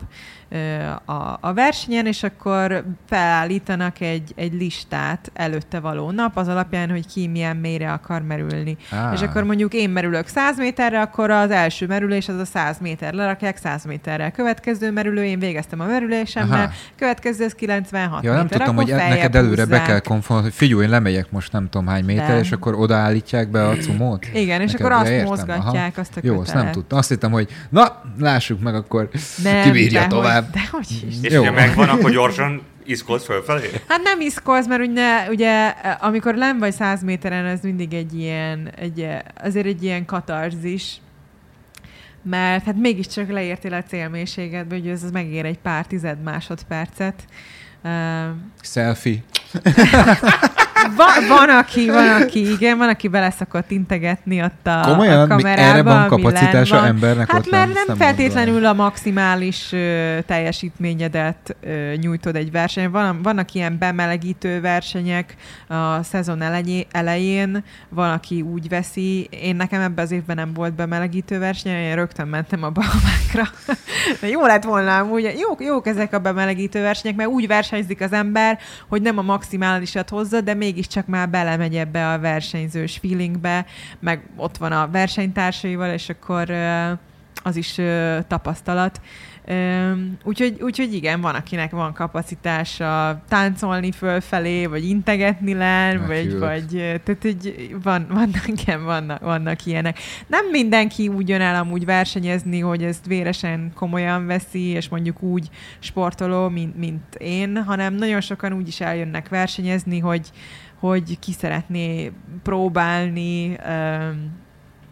S5: a versenyen, és akkor felállítanak egy listát előtte való nap, az alapján, hogy ki milyen mélyre akar merülni. És akkor mondjuk én merülök 100 méterre, akkor az első merülés az a 100 méter, lerakják 100 méterre. Következő merülő, én végeztem a merülésemmel, következő az 96 méter.
S3: Nem tudtam, hogy neked előre be kell konfonálni, hogy figyelj, én lemegyek most nem tudom hány méter, és akkor odaállítják be a cumót?
S5: Igen, és akkor azt mozgatják, azt a kötelet.
S3: Jó, azt nem tudtam. Azt hittem, hogy na, lássuk meg, akkor kibírja tovább.
S5: Dehogy is.
S4: És ugye megvan, akkor gyorsan iszkolsz fölfelé?
S5: Hát nem iszkolsz, mert ugye amikor len vagy 100 méteren, ez mindig azért egy ilyen katarzis, mert hát mégiscsak leértél a célmélységedbe, hogy ez megér egy pár tized másodpercet.
S3: Selfie.
S5: Van, aki bele szokott integetni ott a kamerába.
S3: Erre van kapacitása embernek
S5: hát
S3: ott
S5: mert nem feltétlenül a maximális teljesítményedet nyújtod egy versenyen. Vannak ilyen bemelegítő versenyek a szezon elején, van, aki úgy veszi. Nekem ebben az évben nem volt bemelegítő verseny, én rögtön mentem a Bahamákra. De jó lett volna amúgy. Jók ezek a bemelegítő versenyek, mert úgy versenyzik az ember, hogy nem a maximálisat hozza, de mégiscsak már belemegy ebbe a versenyzős feelingbe, meg ott van a versenytársaival, és akkor az is tapasztalat. Úgyhogy igen, van, akinek van kapacitása táncolni fölfelé, vagy integetni len, tehát így vannak ilyenek. Nem mindenki úgy jön el amúgy versenyezni, hogy ezt véresen komolyan veszi, és mondjuk úgy sportoló, mint én, hanem nagyon sokan úgy is eljönnek versenyezni, hogy ki szeretné próbálni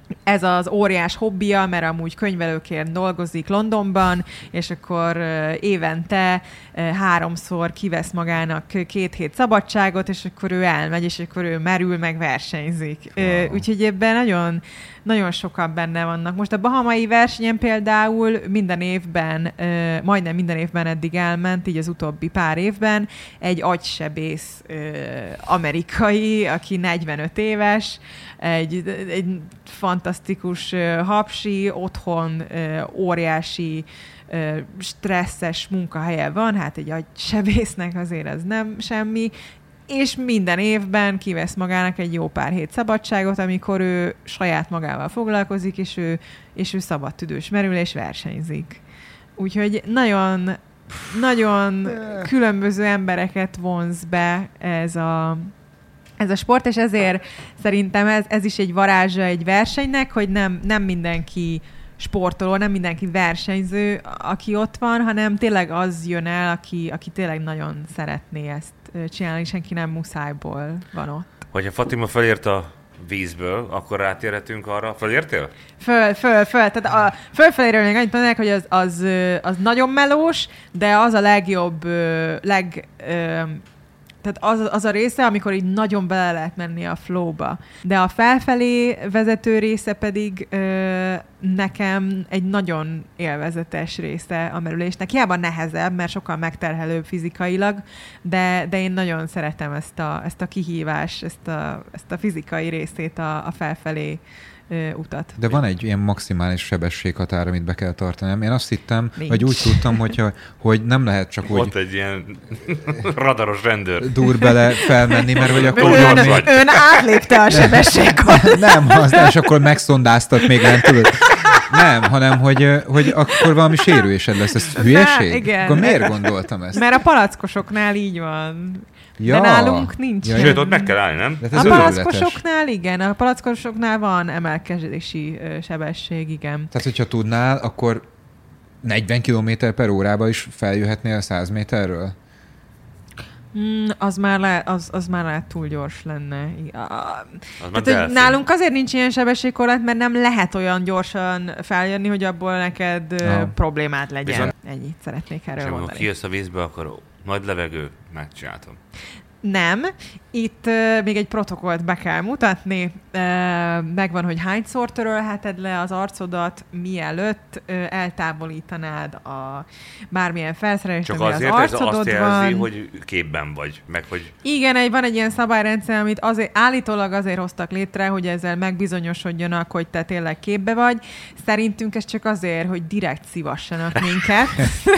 S5: ez az óriás hobbija, mert amúgy könyvelőként dolgozik Londonban, és akkor évente 3-szor kivesz magának 2 hét szabadságot, és akkor ő elmegy, és akkor ő merül, meg versenyzik. Wow. Úgyhogy ebben nagyon, nagyon sokan benne vannak. Most a bahamai versenyen például minden évben, majdnem minden évben eddig elment, így az utóbbi pár évben, egy agysebész amerikai, aki 45 éves, egy fantasztikus hapsi, otthon óriási stresszes munkahelye van, hát egy agysebésznek azért ez nem semmi, és minden évben kivesz magának egy jó pár hét szabadságot, amikor ő saját magával foglalkozik, és ő szabadtüdős merül, és versenyzik. Úgyhogy nagyon, nagyon különböző embereket vonz be ez a sport, és ezért szerintem ez is egy varázsa egy versenynek, hogy nem mindenki sportoló, nem mindenki versenyző, aki ott van, hanem tényleg az jön el, aki tényleg nagyon szeretné ezt csinálni, senki nem muszájból van ott.
S4: Hogyha Fatima felért a vízből, akkor rátérhetünk arra. Felértél?
S5: Föl. Tehát a fölfeléről még annyit mondanak, hogy az nagyon melós, de az a legjobb, tehát az a része, amikor így nagyon bele lehet menni a flowba. De a felfelé vezető része pedig nekem egy nagyon élvezetes része a merülésnek. Hiába nehezebb, mert sokkal megterhelőbb fizikailag, de én nagyon szeretem ezt a kihívás, ezt a fizikai részét a felfelé utat.
S3: De van egy ilyen maximális sebességhatár, amit be kell tartani. Én azt hittem, vagy úgy tudtam, hogy nem lehet csak úgy...
S4: Ott egy ilyen radaros rendőr.
S3: Dur bele felmenni, mert vagy akkor...
S5: Ön átlépte a sebességkort.
S3: Nem, és akkor megszondáztat még lentül. Nem, hanem, hogy akkor valami sérülésed lesz. Ez hülyeség?
S5: Igen.
S3: Akkor miért gondoltam ezt?
S5: Mert a palackosoknál így van.
S3: Ja.
S5: De nálunk nincs.
S3: Ja,
S4: sőt, ott meg kell állni, nem?
S5: A palackosoknál igen, a palackosoknál van emelkedési sebesség, igen.
S3: Tehát, hogyha tudnál, akkor 40 km/h is feljöhetnél a 100 méterről?
S5: Az már lehet túl gyors lenne. Tehát, nálunk azért nincs ilyen sebességkorlát, mert nem lehet olyan gyorsan feljönni, hogy abból neked problémát legyen.
S4: Viszont...
S5: Ennyit szeretnék erről mondani.
S4: Ha kijössz a vízbe, akkor nagy levegő, megcsináltam.
S5: Nem. Itt még egy protokollt be kell mutatni. Megvan, hogy hányszor törölheted le az arcodat, mielőtt eltávolítanád a bármilyen felszerelést, ami az arcodon
S4: azt jelzi, hogy képben vagy, meg hogy...
S5: Igen, van egy ilyen szabályrendszer, amit állítólag azért hoztak létre, hogy ezzel megbizonyosodjanak, hogy te tényleg képbe vagy. Szerintünk ez csak azért, hogy direkt szívassanak minket.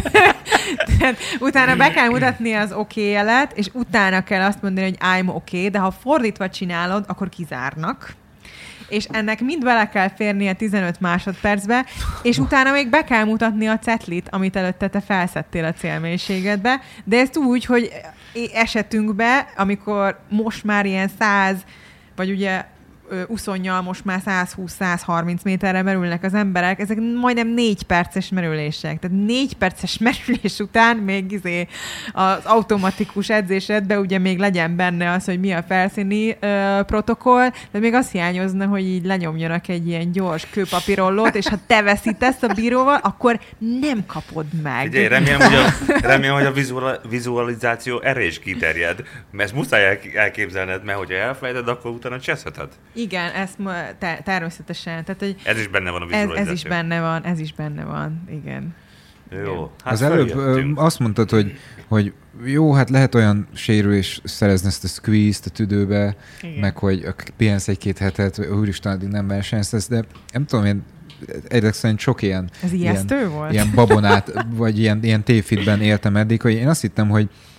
S5: Utána be kell mutatni az jelet, és utána kell azt mondani, hogy I'm okay, de ha fordítva csinálod, akkor kizárnak. És ennek mind bele kell férnie 15 másodpercbe, és utána még be kell mutatni a cetlit, amit előtte te felszedtél a célmélységedbe, de ezt úgy, hogy esetünkben, amikor most már ilyen 100, vagy ugye uszonnyal most már 120-130 méterre merülnek az emberek, ezek majdnem 4 perces merülések. Tehát 4 perces merülés után még az automatikus edzésedben ugye még legyen benne az, hogy mi a felszíni protokoll, de még azt hiányozna, hogy így lenyomjanak egy ilyen gyors kőpapírollót, és ha te veszítesz a bíróval, akkor nem kapod meg.
S4: Ugye, remélem, hogy a vizualizáció erre is kiterjed, mert ezt muszáj elképzelned, mert hogyha elfelejted, akkor utána cseszheted.
S5: Igen, ezt természetesen. Tehát, hogy
S4: ez is benne van a vizualizáció.
S5: Ez is benne van, igen.
S4: Jó, hát
S3: az előbb azt mondtad, hogy jó, hát lehet olyan sérülés szerezni ezt a squeeze-t a tüdőbe, igen. Meg hogy pihensz 1-2 hetet, úristen, addig nem versenyzesz, de nem tudom, én egyre szerint sok ilyen babonát, vagy ilyen tévhitben éltem eddig, hogy én azt hittem,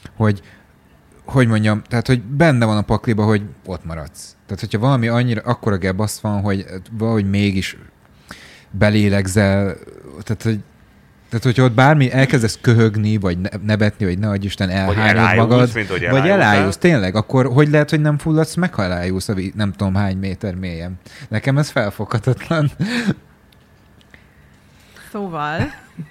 S3: hogy mondjam, tehát, hogy benne van a pakliba, hogy ott maradsz. Tehát, hogyha valami annyira, akkora gebasz van, hogy valahogy mégis belélegzel, tehát, hogyha ott bármi elkezdesz köhögni, vagy nevetni, vagy ne adj Isten elhányod magad, vagy elájulsz, tényleg, akkor hogy lehet, hogy nem fulladsz meg, ha elájulsz nem tudom hány méter mélyen. Nekem ez felfoghatatlan.
S5: Szóval...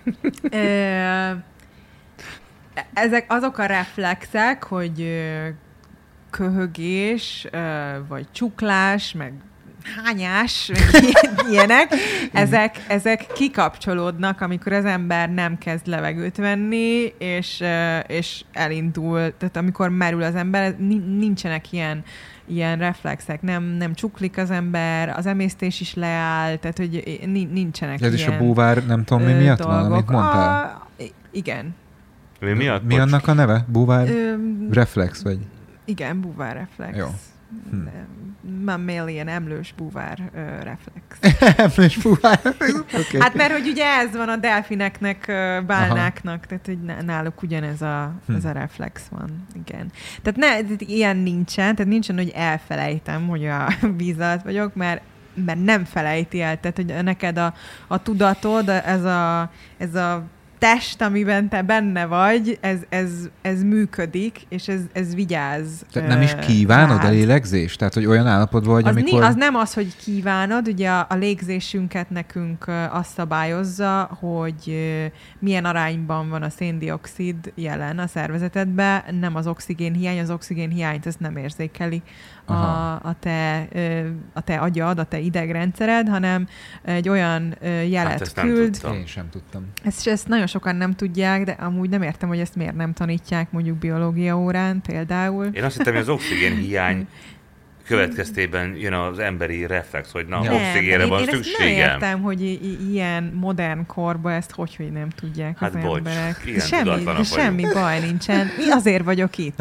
S5: ezek azok a reflexek, hogy köhögés, vagy csuklás, meg hányás, ilyenek, ezek kikapcsolódnak, amikor az ember nem kezd levegőt venni, és elindul, tehát amikor merül az ember, nincsenek ilyen reflexek, nem csuklik az ember, az emésztés is leáll, tehát hogy nincsenek
S3: ez
S5: ilyen
S3: is a búvár, nem tudom mi miatt
S5: dolgok.
S3: van, amit mondtál?
S5: Igen.
S4: Mi miatt?
S3: Mi annak a neve? Búvár? Reflex, vagy?
S5: Igen, búvár reflex.
S3: Jó.
S5: Mammalian, emlős búvár reflex.
S3: Emlős búvár. Okay.
S5: Hát mert hogy ugye ez van a delfineknek, bálnáknak, tehát hogy náluk ugyanez ez a reflex van. Igen. Tehát ilyen nincsen, tehát nincsen, hogy elfelejtem, hogy a víz alatt vagyok, mert nem felejti el, tehát hogy neked a tudatod, ez a test, amiben te benne vagy, ez működik, és ez vigyáz.
S3: Tehát nem is kívánod a lélegzést? Tehát, hogy olyan állapotban vagy, amikor...
S5: Az nem az, hogy kívánod, ugye a légzésünket nekünk azt szabályozza, hogy milyen arányban van a széndioxid jelen a szervezetedben, nem az oxigén hiány, az oxigén hiányt ezt nem érzékeli a te agyad, a te idegrendszered, hanem egy olyan jelet küld.
S3: Én sem tudtam.
S5: Ezt nagyon sokan nem tudják, de amúgy nem értem, hogy ezt miért nem tanítják mondjuk biológia órán például.
S4: Én azt hittem, hogy az oxigén hiány következtében jön az emberi reflex, hogy na,
S5: nem,
S4: oxigénre van
S5: én
S4: szükségem.
S5: Én ezt nem értem, hogy ilyen modern korban ezt hogy nem tudják az emberek. Semmi baj nincsen. Mi azért vagyok itt.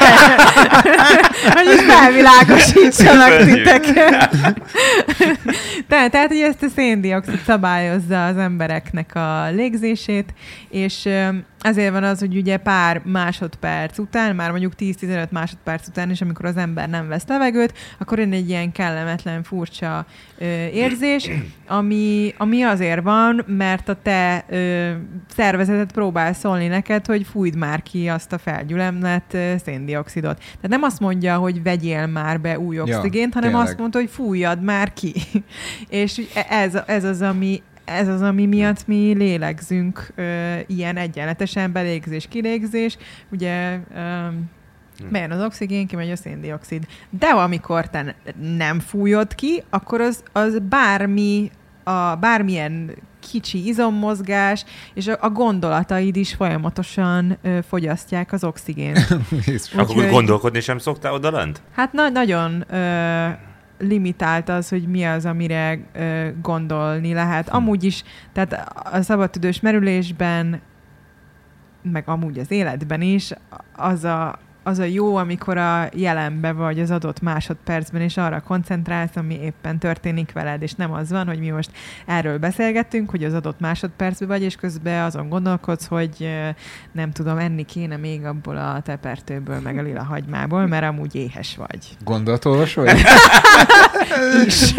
S5: Hogy is felvilágosítsanak titeket. Tehát, hogy ezt a széndioxid szabályozza az embereknek a légzését, és azért van az, hogy ugye pár másodperc után, már mondjuk 10-15 másodperc után is, amikor az ember nem vesz levegőt, akkor jön egy ilyen kellemetlen, furcsa érzés, ami azért van, mert a te szervezeted próbál szólni neked, hogy fújd már ki azt a felgyülemlett széndioxidot. Tehát nem azt mondja, hogy vegyél már be új oxigént, hanem tényleg azt mondta, hogy fújjad már ki. És ez az, ami miatt mi lélegzünk ilyen egyenletesen, belégzés-kilégzés. Ugye bejön az oxigén, kimegy a széndioxid. De amikor te nem fújod ki, akkor az bármilyen kicsi izommozgás, és a gondolataid is folyamatosan fogyasztják az oxigént.
S4: Akkor gondolkodni sem szoktál oda lent?
S5: Hát nagyon... limitált az, hogy mi az, amire gondolni lehet. Amúgy is, tehát a szabadtüdős merülésben, meg amúgy az életben is, az a jó, amikor a jelenbe vagy az adott másodpercben, és arra koncentrálsz, ami éppen történik veled, és nem az van, hogy mi most erről beszélgettünk, hogy az adott másodpercben vagy, és közben azon gondolkodsz, hogy nem tudom, enni kéne még abból a tepertőből, meg a lila hagymából, mert amúgy éhes vagy.
S3: Gondolatolvasó vagy?
S5: Is.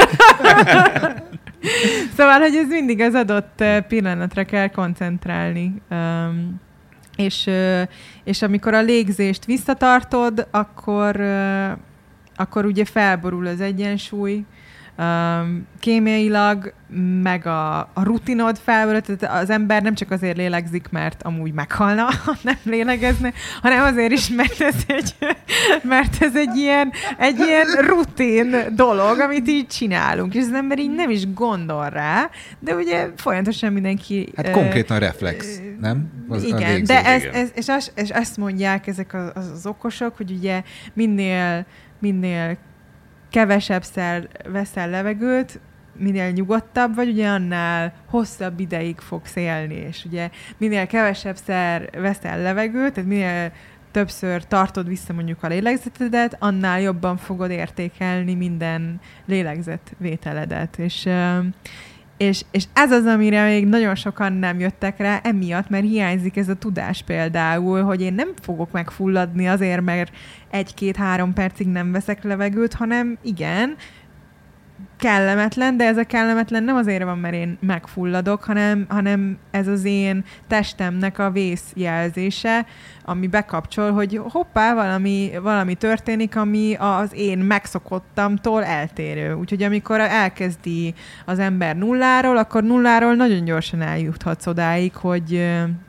S5: Szóval, hogy ez mindig az adott pillanatra kell koncentrálni. És amikor a légzést visszatartod, akkor ugye felborul az egyensúly, kémiailag, meg a rutinod felborul, tehát az ember nem csak azért lélegzik, mert amúgy meghalna, ha nem lélegezne, hanem azért is, mert ez egy ilyen rutin dolog, amit így csinálunk, és az ember így nem is gondol rá, de ugye folyamatosan mindenki...
S3: Hát konkrétan reflex, nem?
S5: Igen, de és ezt mondják ezek az okosok, hogy ugye minél kevesebbszer veszel levegőt, minél nyugodtabb vagy, ugye annál hosszabb ideig fogsz élni, és ugye minél kevesebbszer veszel levegőt, tehát minél többször tartod vissza mondjuk a lélegzetedet, annál jobban fogod értékelni minden lélegzetvételedet, és ez az, amire még nagyon sokan nem jöttek rá, emiatt, mert hiányzik ez a tudás például, hogy én nem fogok megfulladni azért, mert 1-2-3 percig nem veszek levegőt, hanem igen, kellemetlen, de ez a kellemetlen nem azért van, mert én megfulladok, hanem ez az én testemnek a vészjelzése, ami bekapcsol, hogy hoppá, valami történik, ami az én megszokottamtól eltérő. Úgyhogy amikor elkezdi az ember nulláról, akkor nulláról nagyon gyorsan eljuthatsz odáig, hogy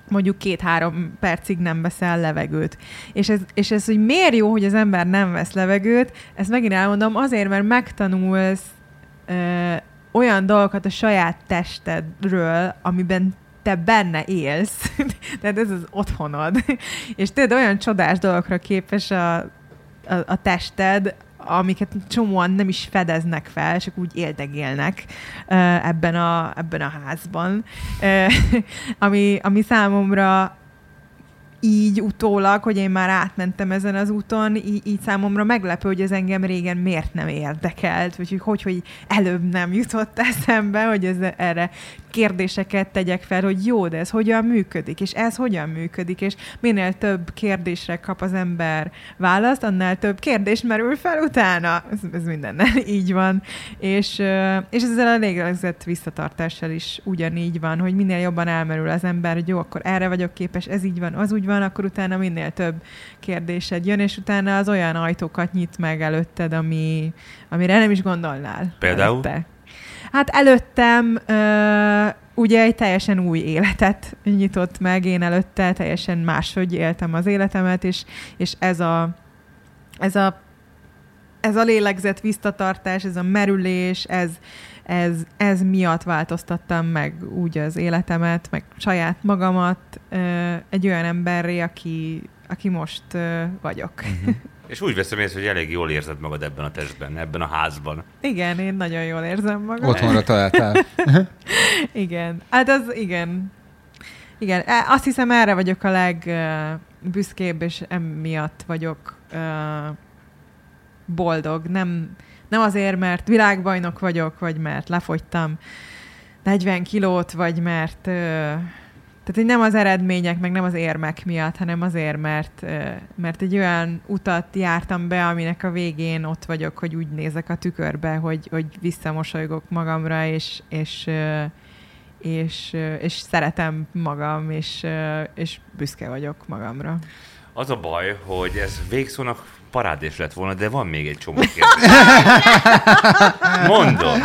S5: mondjuk 2-3 percig nem veszel levegőt. És ez, hogy miért jó, hogy az ember nem vesz levegőt, ezt megint elmondom, azért, mert megtanulsz olyan dolgokat a saját testedről, amiben te benne élsz. Tehát ez az otthonod. És tényleg olyan csodás dolgokra képes a tested, amiket csomóan nem is fedeznek fel, csak úgy éltek-élnek ebben a házban. Ami számomra így utólag, hogy én már átmentem ezen az úton, így számomra meglepő, hogy ez engem régen miért nem érdekelt, vagy hogy előbb nem jutott eszembe, hogy erre kérdéseket tegyek fel, hogy jó, de ez hogyan működik, és ez hogyan működik, és minél több kérdésre kap az ember választ, annál több kérdés merül fel utána. Ez mindennel így van. És ezzel a lélegzett visszatartással is ugyanígy van, hogy minél jobban elmerül az ember, hogy jó, akkor erre vagyok képes, ez így van, az úgy van, akkor utána minél több kérdésed jön, és utána az olyan ajtókat nyit meg előtted, amire nem is gondolnál.
S4: Például?
S5: Előtte. Hát előttem ugye egy teljesen új életet nyitott meg, én előtte teljesen máshogy éltem az életemet, és ez a lélegzett visszatartás, ez a merülés, ez miatt változtattam meg úgy az életemet, meg saját magamat egy olyan emberré, aki most vagyok.
S4: Uh-huh. És úgy veszem észre, hogy elég jól érzed magad ebben a testben, ebben a házban.
S5: Igen, én nagyon jól érzem magam.
S3: Otthonra találtál.
S5: Igen. Hát az igen. Igen, azt hiszem erre vagyok a legbüszkébb, és emiatt vagyok boldog. Nem azért, mert világbajnok vagyok, vagy mert lefogytam 40 kilót, vagy mert... Tehát nem az eredmények, meg nem az érmek miatt, hanem azért, mert egy olyan utat jártam be, aminek a végén ott vagyok, hogy úgy nézek a tükörbe, hogy visszamosolygok magamra, és szeretem magam, és büszke vagyok magamra.
S4: Az a baj, hogy ez végszónak parádés lett volna, de van még egy csomó kérdés. Mondom.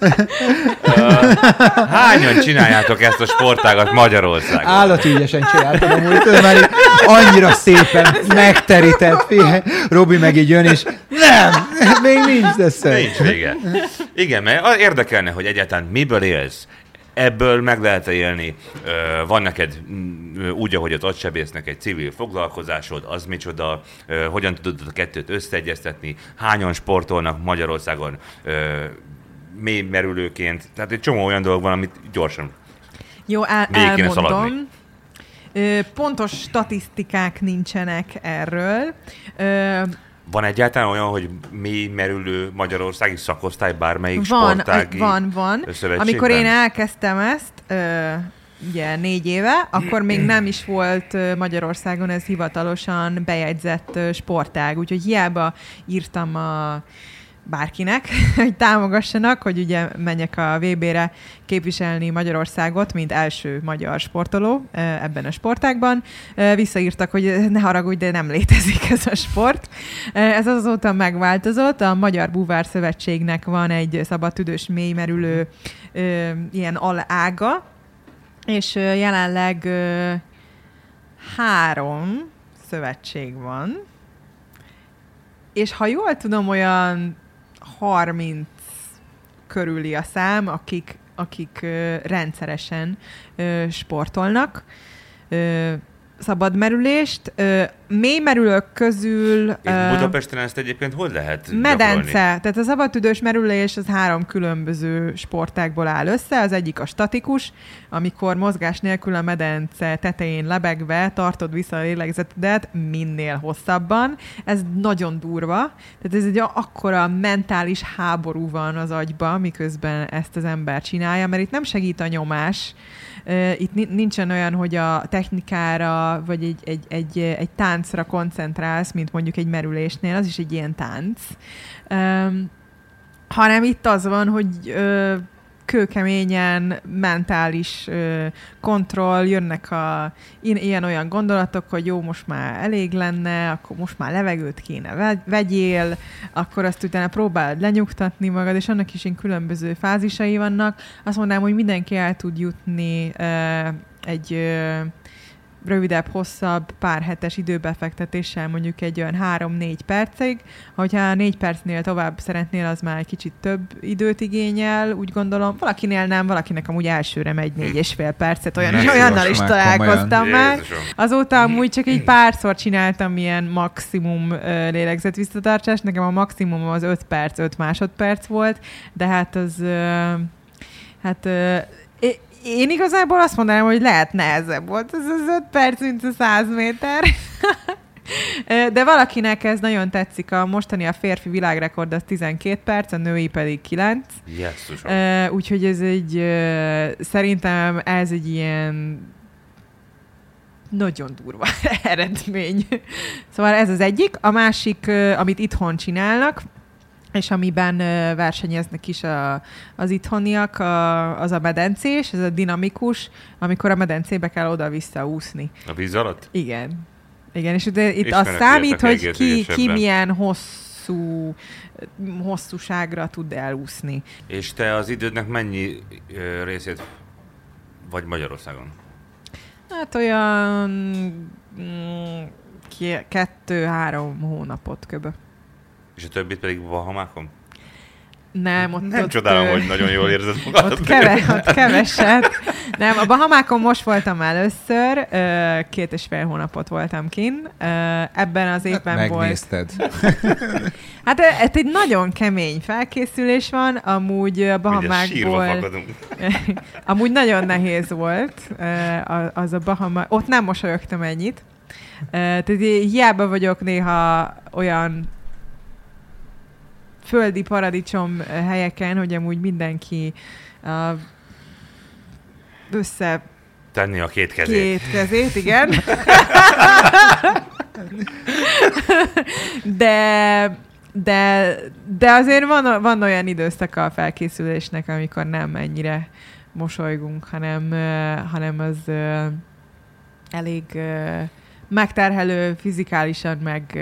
S4: Hányan csináljátok ezt a sportágat Magyarországon?
S3: Állatügyesen csináltam amúgy, mert annyira szépen megterített. Robi meg így jön, és nem, még nincs össze.
S4: Nincs vége. Igen, mert érdekelne, hogy egyáltalán miből élsz. Ebből meg lehet élni. Van neked úgy, ahogy az agysebésznek egy civil foglalkozásod, az micsoda, hogyan tudod a kettőt összeegyeztetni, hányan sportolnak Magyarországon mély merülőként. Tehát egy csomó olyan dolog van, amit gyorsan
S5: elmondom. Pontos statisztikák nincsenek erről.
S4: Van egyáltalán olyan, hogy mély merülő magyarországi szakosztály bármelyik sportági
S5: Van. Amikor én elkezdtem ezt, ugye 4 éve, akkor még nem is volt Magyarországon ez hivatalosan bejegyzett sportág, úgyhogy hiába írtam bárkinek, hogy támogassanak, hogy ugye menjek a VB-re képviselni Magyarországot, mint első magyar sportoló ebben a sportágban. Visszaírtak, hogy ne haragudj, de nem létezik ez a sport. Ez azóta megváltozott. A Magyar Búvár Szövetségnek van egy szabadtüdős mélymerülő ilyen alága, és jelenleg 3 szövetség van, és ha jól tudom, olyan 30 körüli a szám, akik rendszeresen sportolnak. Szabadmerülést. Mélymerülők közül...
S4: Budapesten ezt egyébként hogy lehet
S5: medence.
S4: gyakorolni?
S5: Tehát a szabadtüdős merülés az 3 különböző sportágból áll össze. Az egyik a statikus, amikor mozgás nélkül a medence tetején lebegve tartod vissza a lélegzetedet minél hosszabban. Ez nagyon durva. Tehát ez egy akkora mentális háború van az agyban, miközben ezt az ember csinálja, mert itt nem segít a nyomás. Itt nincsen olyan, hogy a technikára, vagy egy táncra koncentrálsz, mint mondjuk egy merülésnél, az is egy ilyen tánc. Hanem itt az van, hogy kőkeményen mentális kontroll, jönnek ilyen-olyan gondolatok, hogy jó, most már elég lenne, akkor most már levegőt kéne vegyél, akkor azt utána próbáld lenyugtatni magad, és annak is ilyen különböző fázisai vannak. Azt mondanám, hogy mindenki el tud jutni egy rövidebb, hosszabb, pár hetes időbefektetéssel mondjuk egy olyan 3-4 percig. Hogyha 4 percnél tovább szeretnél, az már egy kicsit több időt igényel, úgy gondolom. Valakinél nem, valakinek amúgy elsőre megy 4,5 percet, olyannal is találkoztam már. Azóta amúgy csak egy párszor csináltam ilyen maximum lélegzetvisszatartást. Nekem a maximum az 5 perc, 5 másodperc volt, de hát az... Én igazából azt mondanám, hogy lehet nehezebb volt ez az 5 perc, mint a 100 méter. De valakinek ez nagyon tetszik. A mostani a férfi világrekord az 12 perc, a női pedig 9. Úgyhogy ez szerintem ez egy ilyen nagyon durva eredmény. Szóval ez az egyik. A másik, amit itthon csinálnak, és amiben versenyeznek is az itthoniak, az a medencés, ez a dinamikus, amikor a medencébe kell oda-vissza úszni.
S4: A víz alatt?
S5: Igen. És itt az számít, hogy ki milyen hosszúságra tud elúszni.
S4: És te az idődnek mennyi részét vagy Magyarországon?
S5: Hát olyan 2-3 hónapot kb. És
S4: a többit pedig Bahamákon?
S5: Nem, ott...
S4: Nem csodálom, hogy nagyon jól érzed magad.
S5: Ott keveset. Nem, a Bahamákon most voltam először, 2,5 hónapot voltam kinn. Ebben az évben
S3: megnézted.
S5: Hát ez egy nagyon kemény felkészülés van, amúgy a Bahamákból... amúgy nagyon nehéz volt az a Bahama... Ott nem mosolyogtam ennyit. Tehát hiába vagyok néha olyan földi paradicsom helyeken, hogy amúgy mindenki
S4: tenni a két kezét.
S5: Két kezét, igen. de azért van olyan időszaka a felkészülésnek, amikor nem ennyire mosolygunk, hanem az elég megterhelő fizikálisan,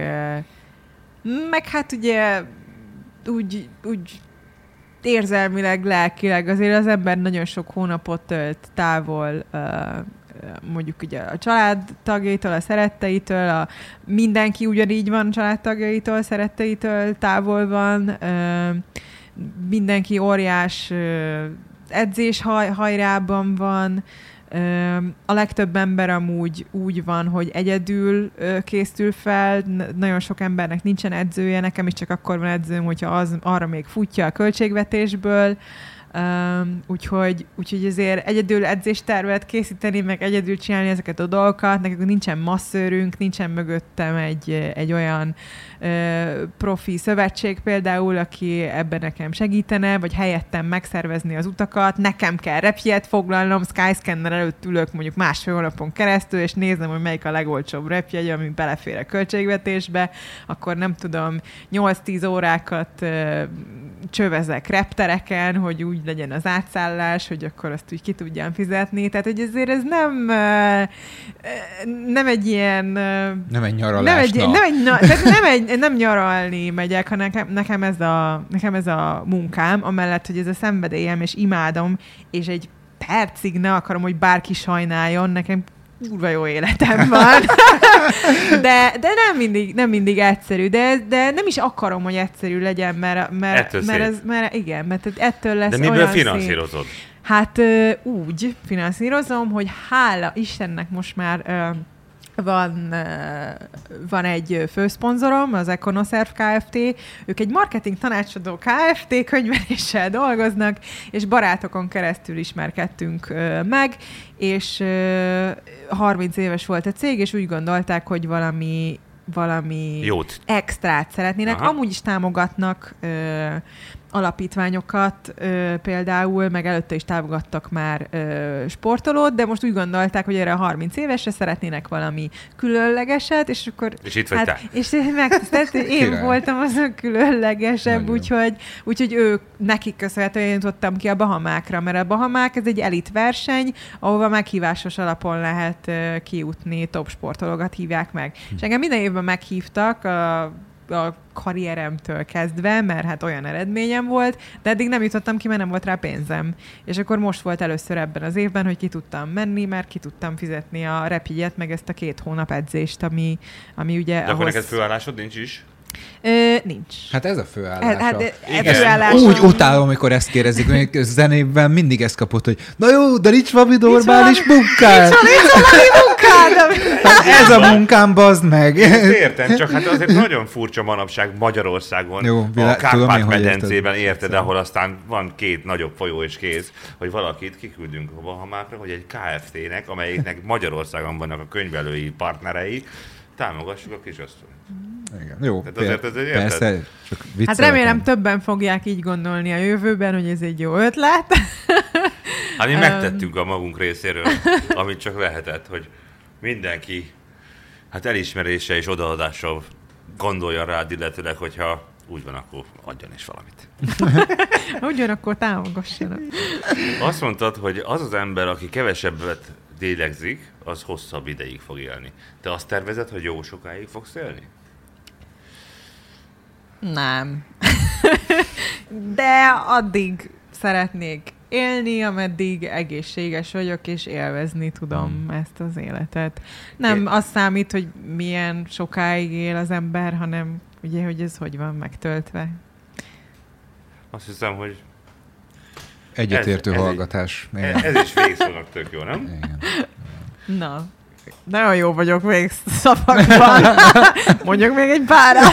S5: meg hát ugye úgy érzelmileg, lelkileg azért az ember nagyon sok hónapot tölt távol, mondjuk ugye a családtagjaitól, a szeretteitől, mindenki ugyanígy van családtagjaitól, szeretteitől távol van, mindenki óriás edzés hajrában van, a legtöbb ember amúgy úgy van, hogy egyedül készül fel, nagyon sok embernek nincsen edzője, nekem is csak akkor van edzőm, hogyha arra még futja a költségvetésből, úgyhogy azért egyedül edzéstervet készíteni, meg egyedül csinálni ezeket a dolgokat, nekünk nincsen masszőrünk, nincsen mögöttem egy olyan profi szövetség például, aki ebben nekem segítene, vagy helyettem megszervezni az utakat, nekem kell repjegyet foglalnom, Skyscanner előtt ülök mondjuk 1,5 hónapon keresztül, és nézem, hogy melyik a legolcsóbb repjegy, ami belefér a költségvetésbe, akkor nem tudom, 8-10 órákat csövezek reptereken, hogy úgy legyen az átszállás, hogy akkor azt úgy ki tudjam fizetni. Tehát, hogy azért ez nem egy ilyen...
S3: Nem egy nyaralás.
S5: Nem nyaralni megyek, hanem nekem ez a munkám, amellett, hogy ez a szenvedélyem, és imádom, és egy percig ne akarom, hogy bárki sajnáljon, nekem kurva jó életem van. de nem mindig egyszerű, de nem is akarom, hogy egyszerű legyen, mert ettől lesz.
S4: De miből finanszírozod?
S5: Hát úgy finanszírozom, hogy hála Istennek most már van egy főszponzorom, az Econoserv Kft. Ők egy marketing tanácsadó Kft. Könyveléssel dolgoznak, és barátokon keresztül ismerkedtünk meg, és 30 éves volt a cég, és úgy gondolták, hogy valami
S4: jót,
S5: extrát szeretnének. Aha. Amúgy is támogatnak alapítványokat például, meg előtte is támogattak már sportolót, de most úgy gondolták, hogy erre a 30 évesre szeretnének valami különlegeset, és akkor...
S4: És itt vagy te.
S5: És én voltam az a különlegesebb, úgyhogy nekik köszönhetően jutottam ki a Bahamákra, mert a Bahamák ez egy elit verseny, ahova meghívásos alapon lehet kijutni, top sportolókat hívják meg. És engem minden évben meghívtak, a karrieremtől kezdve, mert hát olyan eredményem volt, de eddig nem jutottam ki, mert nem volt rá pénzem. És akkor most volt először ebben az évben, hogy ki tudtam menni, mert ki tudtam fizetni a repjegyet, meg ezt a 2 hónap edzést, ami ugye...
S4: De akkor neked főállásod nincs is?
S5: Nincs.
S3: Hát ez a főállása.
S5: Úgy
S3: utálom, amikor ezt kérdezik, még zenében mindig ezt kapott, hogy na jó, de nincs valami normális munkád. Hát ez a munkám, bazd meg.
S4: Értem, csak hát azért nagyon furcsa manapság Magyarországon,
S3: jó,
S4: a Kárpát-medencében, érted, ahol aztán van 2 nagyobb folyó és kész, hogy valakit kiküldünk Bahamákra, hogy egy KFT-nek, amelyiknek Magyarországon vannak a könyvelői partnerei, támogassuk a kisasszonyt.
S3: Igen. Jó,
S4: persze,
S3: csak
S5: hát remélem többen fogják így gondolni a jövőben, hogy ez egy jó ötlet.
S4: Hát mi megtettünk a magunk részéről, amit csak lehetett, hogy mindenki hát elismerése és odaadással gondolja rád, illetőleg, hogyha úgy van, akkor adjon is valamit.
S5: Ugyanakkor támogassanak.
S4: Azt mondtad, hogy az az ember, aki kevesebbet lélegzik, az hosszabb ideig fog élni. Te azt tervezed, hogy jó sokáig fogsz élni?
S5: Nem. De addig szeretnék élni, ameddig egészséges vagyok, és élvezni tudom ezt az életet. Nem az számít, hogy milyen sokáig él az ember, hanem ugye, hogy ez hogy van megtöltve.
S4: Azt hiszem, hogy
S3: egyetértő hallgatás.
S4: Ez is végszónak tök jó, nem?
S3: Igen.
S5: Na, nagyon jó vagyok végszavakban. Mondjuk még egy párat.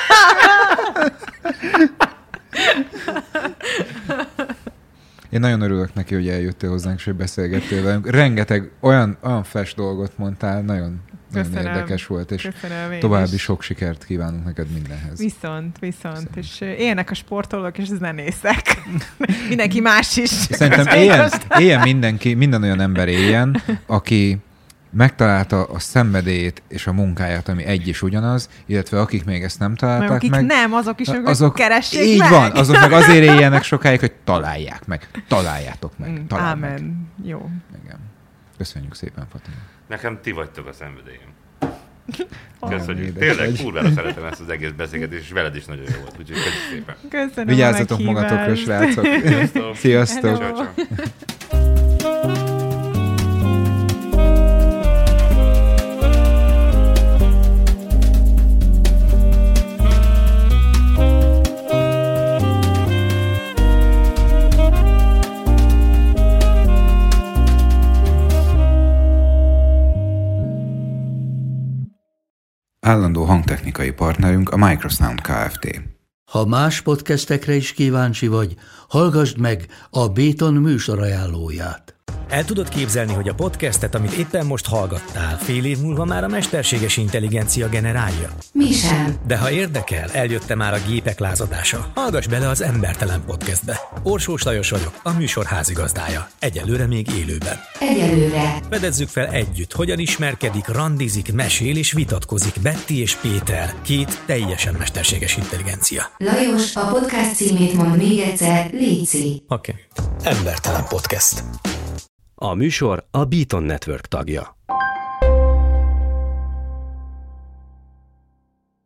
S3: Én nagyon örülök neki, hogy eljöttél hozzánk, és hogy beszélgettél velünk. Rengeteg olyan flash dolgot mondtál, nagyon érdekes volt, és további sok sikert kívánunk neked mindenhez.
S5: Viszont. És élnek a sportolók, és zenészek. Mindenki más is.
S3: Szerintem éljen mindenki, minden olyan ember éljen, aki megtalálta a szenvedélyét és a munkáját, ami egy és ugyanaz, illetve akik még ezt nem találták
S5: akik
S3: meg.
S5: nem, azok is azok keressék
S3: így
S5: meg.
S3: Így van, azok meg azért éljenek sokáig, hogy találják meg. Találjátok meg.
S5: Ámen. Jó.
S3: Igen. Köszönjük szépen, Fatima.
S4: Nekem ti vagytok a szenvedélyem. Köszönjük. Tényleg kurvára szeretem ezt az egész beszélgetést, és veled is nagyon jó volt. Úgyhogy köszönjük szépen.
S5: Köszönöm.
S3: Vigyázzatok magatokra, srácok. Sziasztok.
S4: Ciao.
S3: Állandó hangtechnikai partnerünk a Microsound Kft.
S1: Ha más podcastekre is kíváncsi vagy, hallgassd meg a Béton műsor ajánlóját.
S6: El tudod képzelni, hogy a podcastet, amit éppen most hallgattál, fél év múlva már a mesterséges intelligencia generálja?
S7: Mi sem.
S6: De ha érdekel, eljött már a gépek lázadása. Hallgass bele az Embertelen Podcastbe. Orsós Lajos vagyok, a műsor házigazdája. Egyelőre még élőben.
S7: Egyelőre.
S6: Fedezzük fel együtt, hogyan ismerkedik, randizik, mesél és vitatkozik Betty és Péter, 2 teljesen mesterséges intelligencia.
S7: Lajos, a podcast címét mond még egyszer, léci.
S6: Oké. Embertelen Podcast.
S2: A műsor a Beaton Network tagja.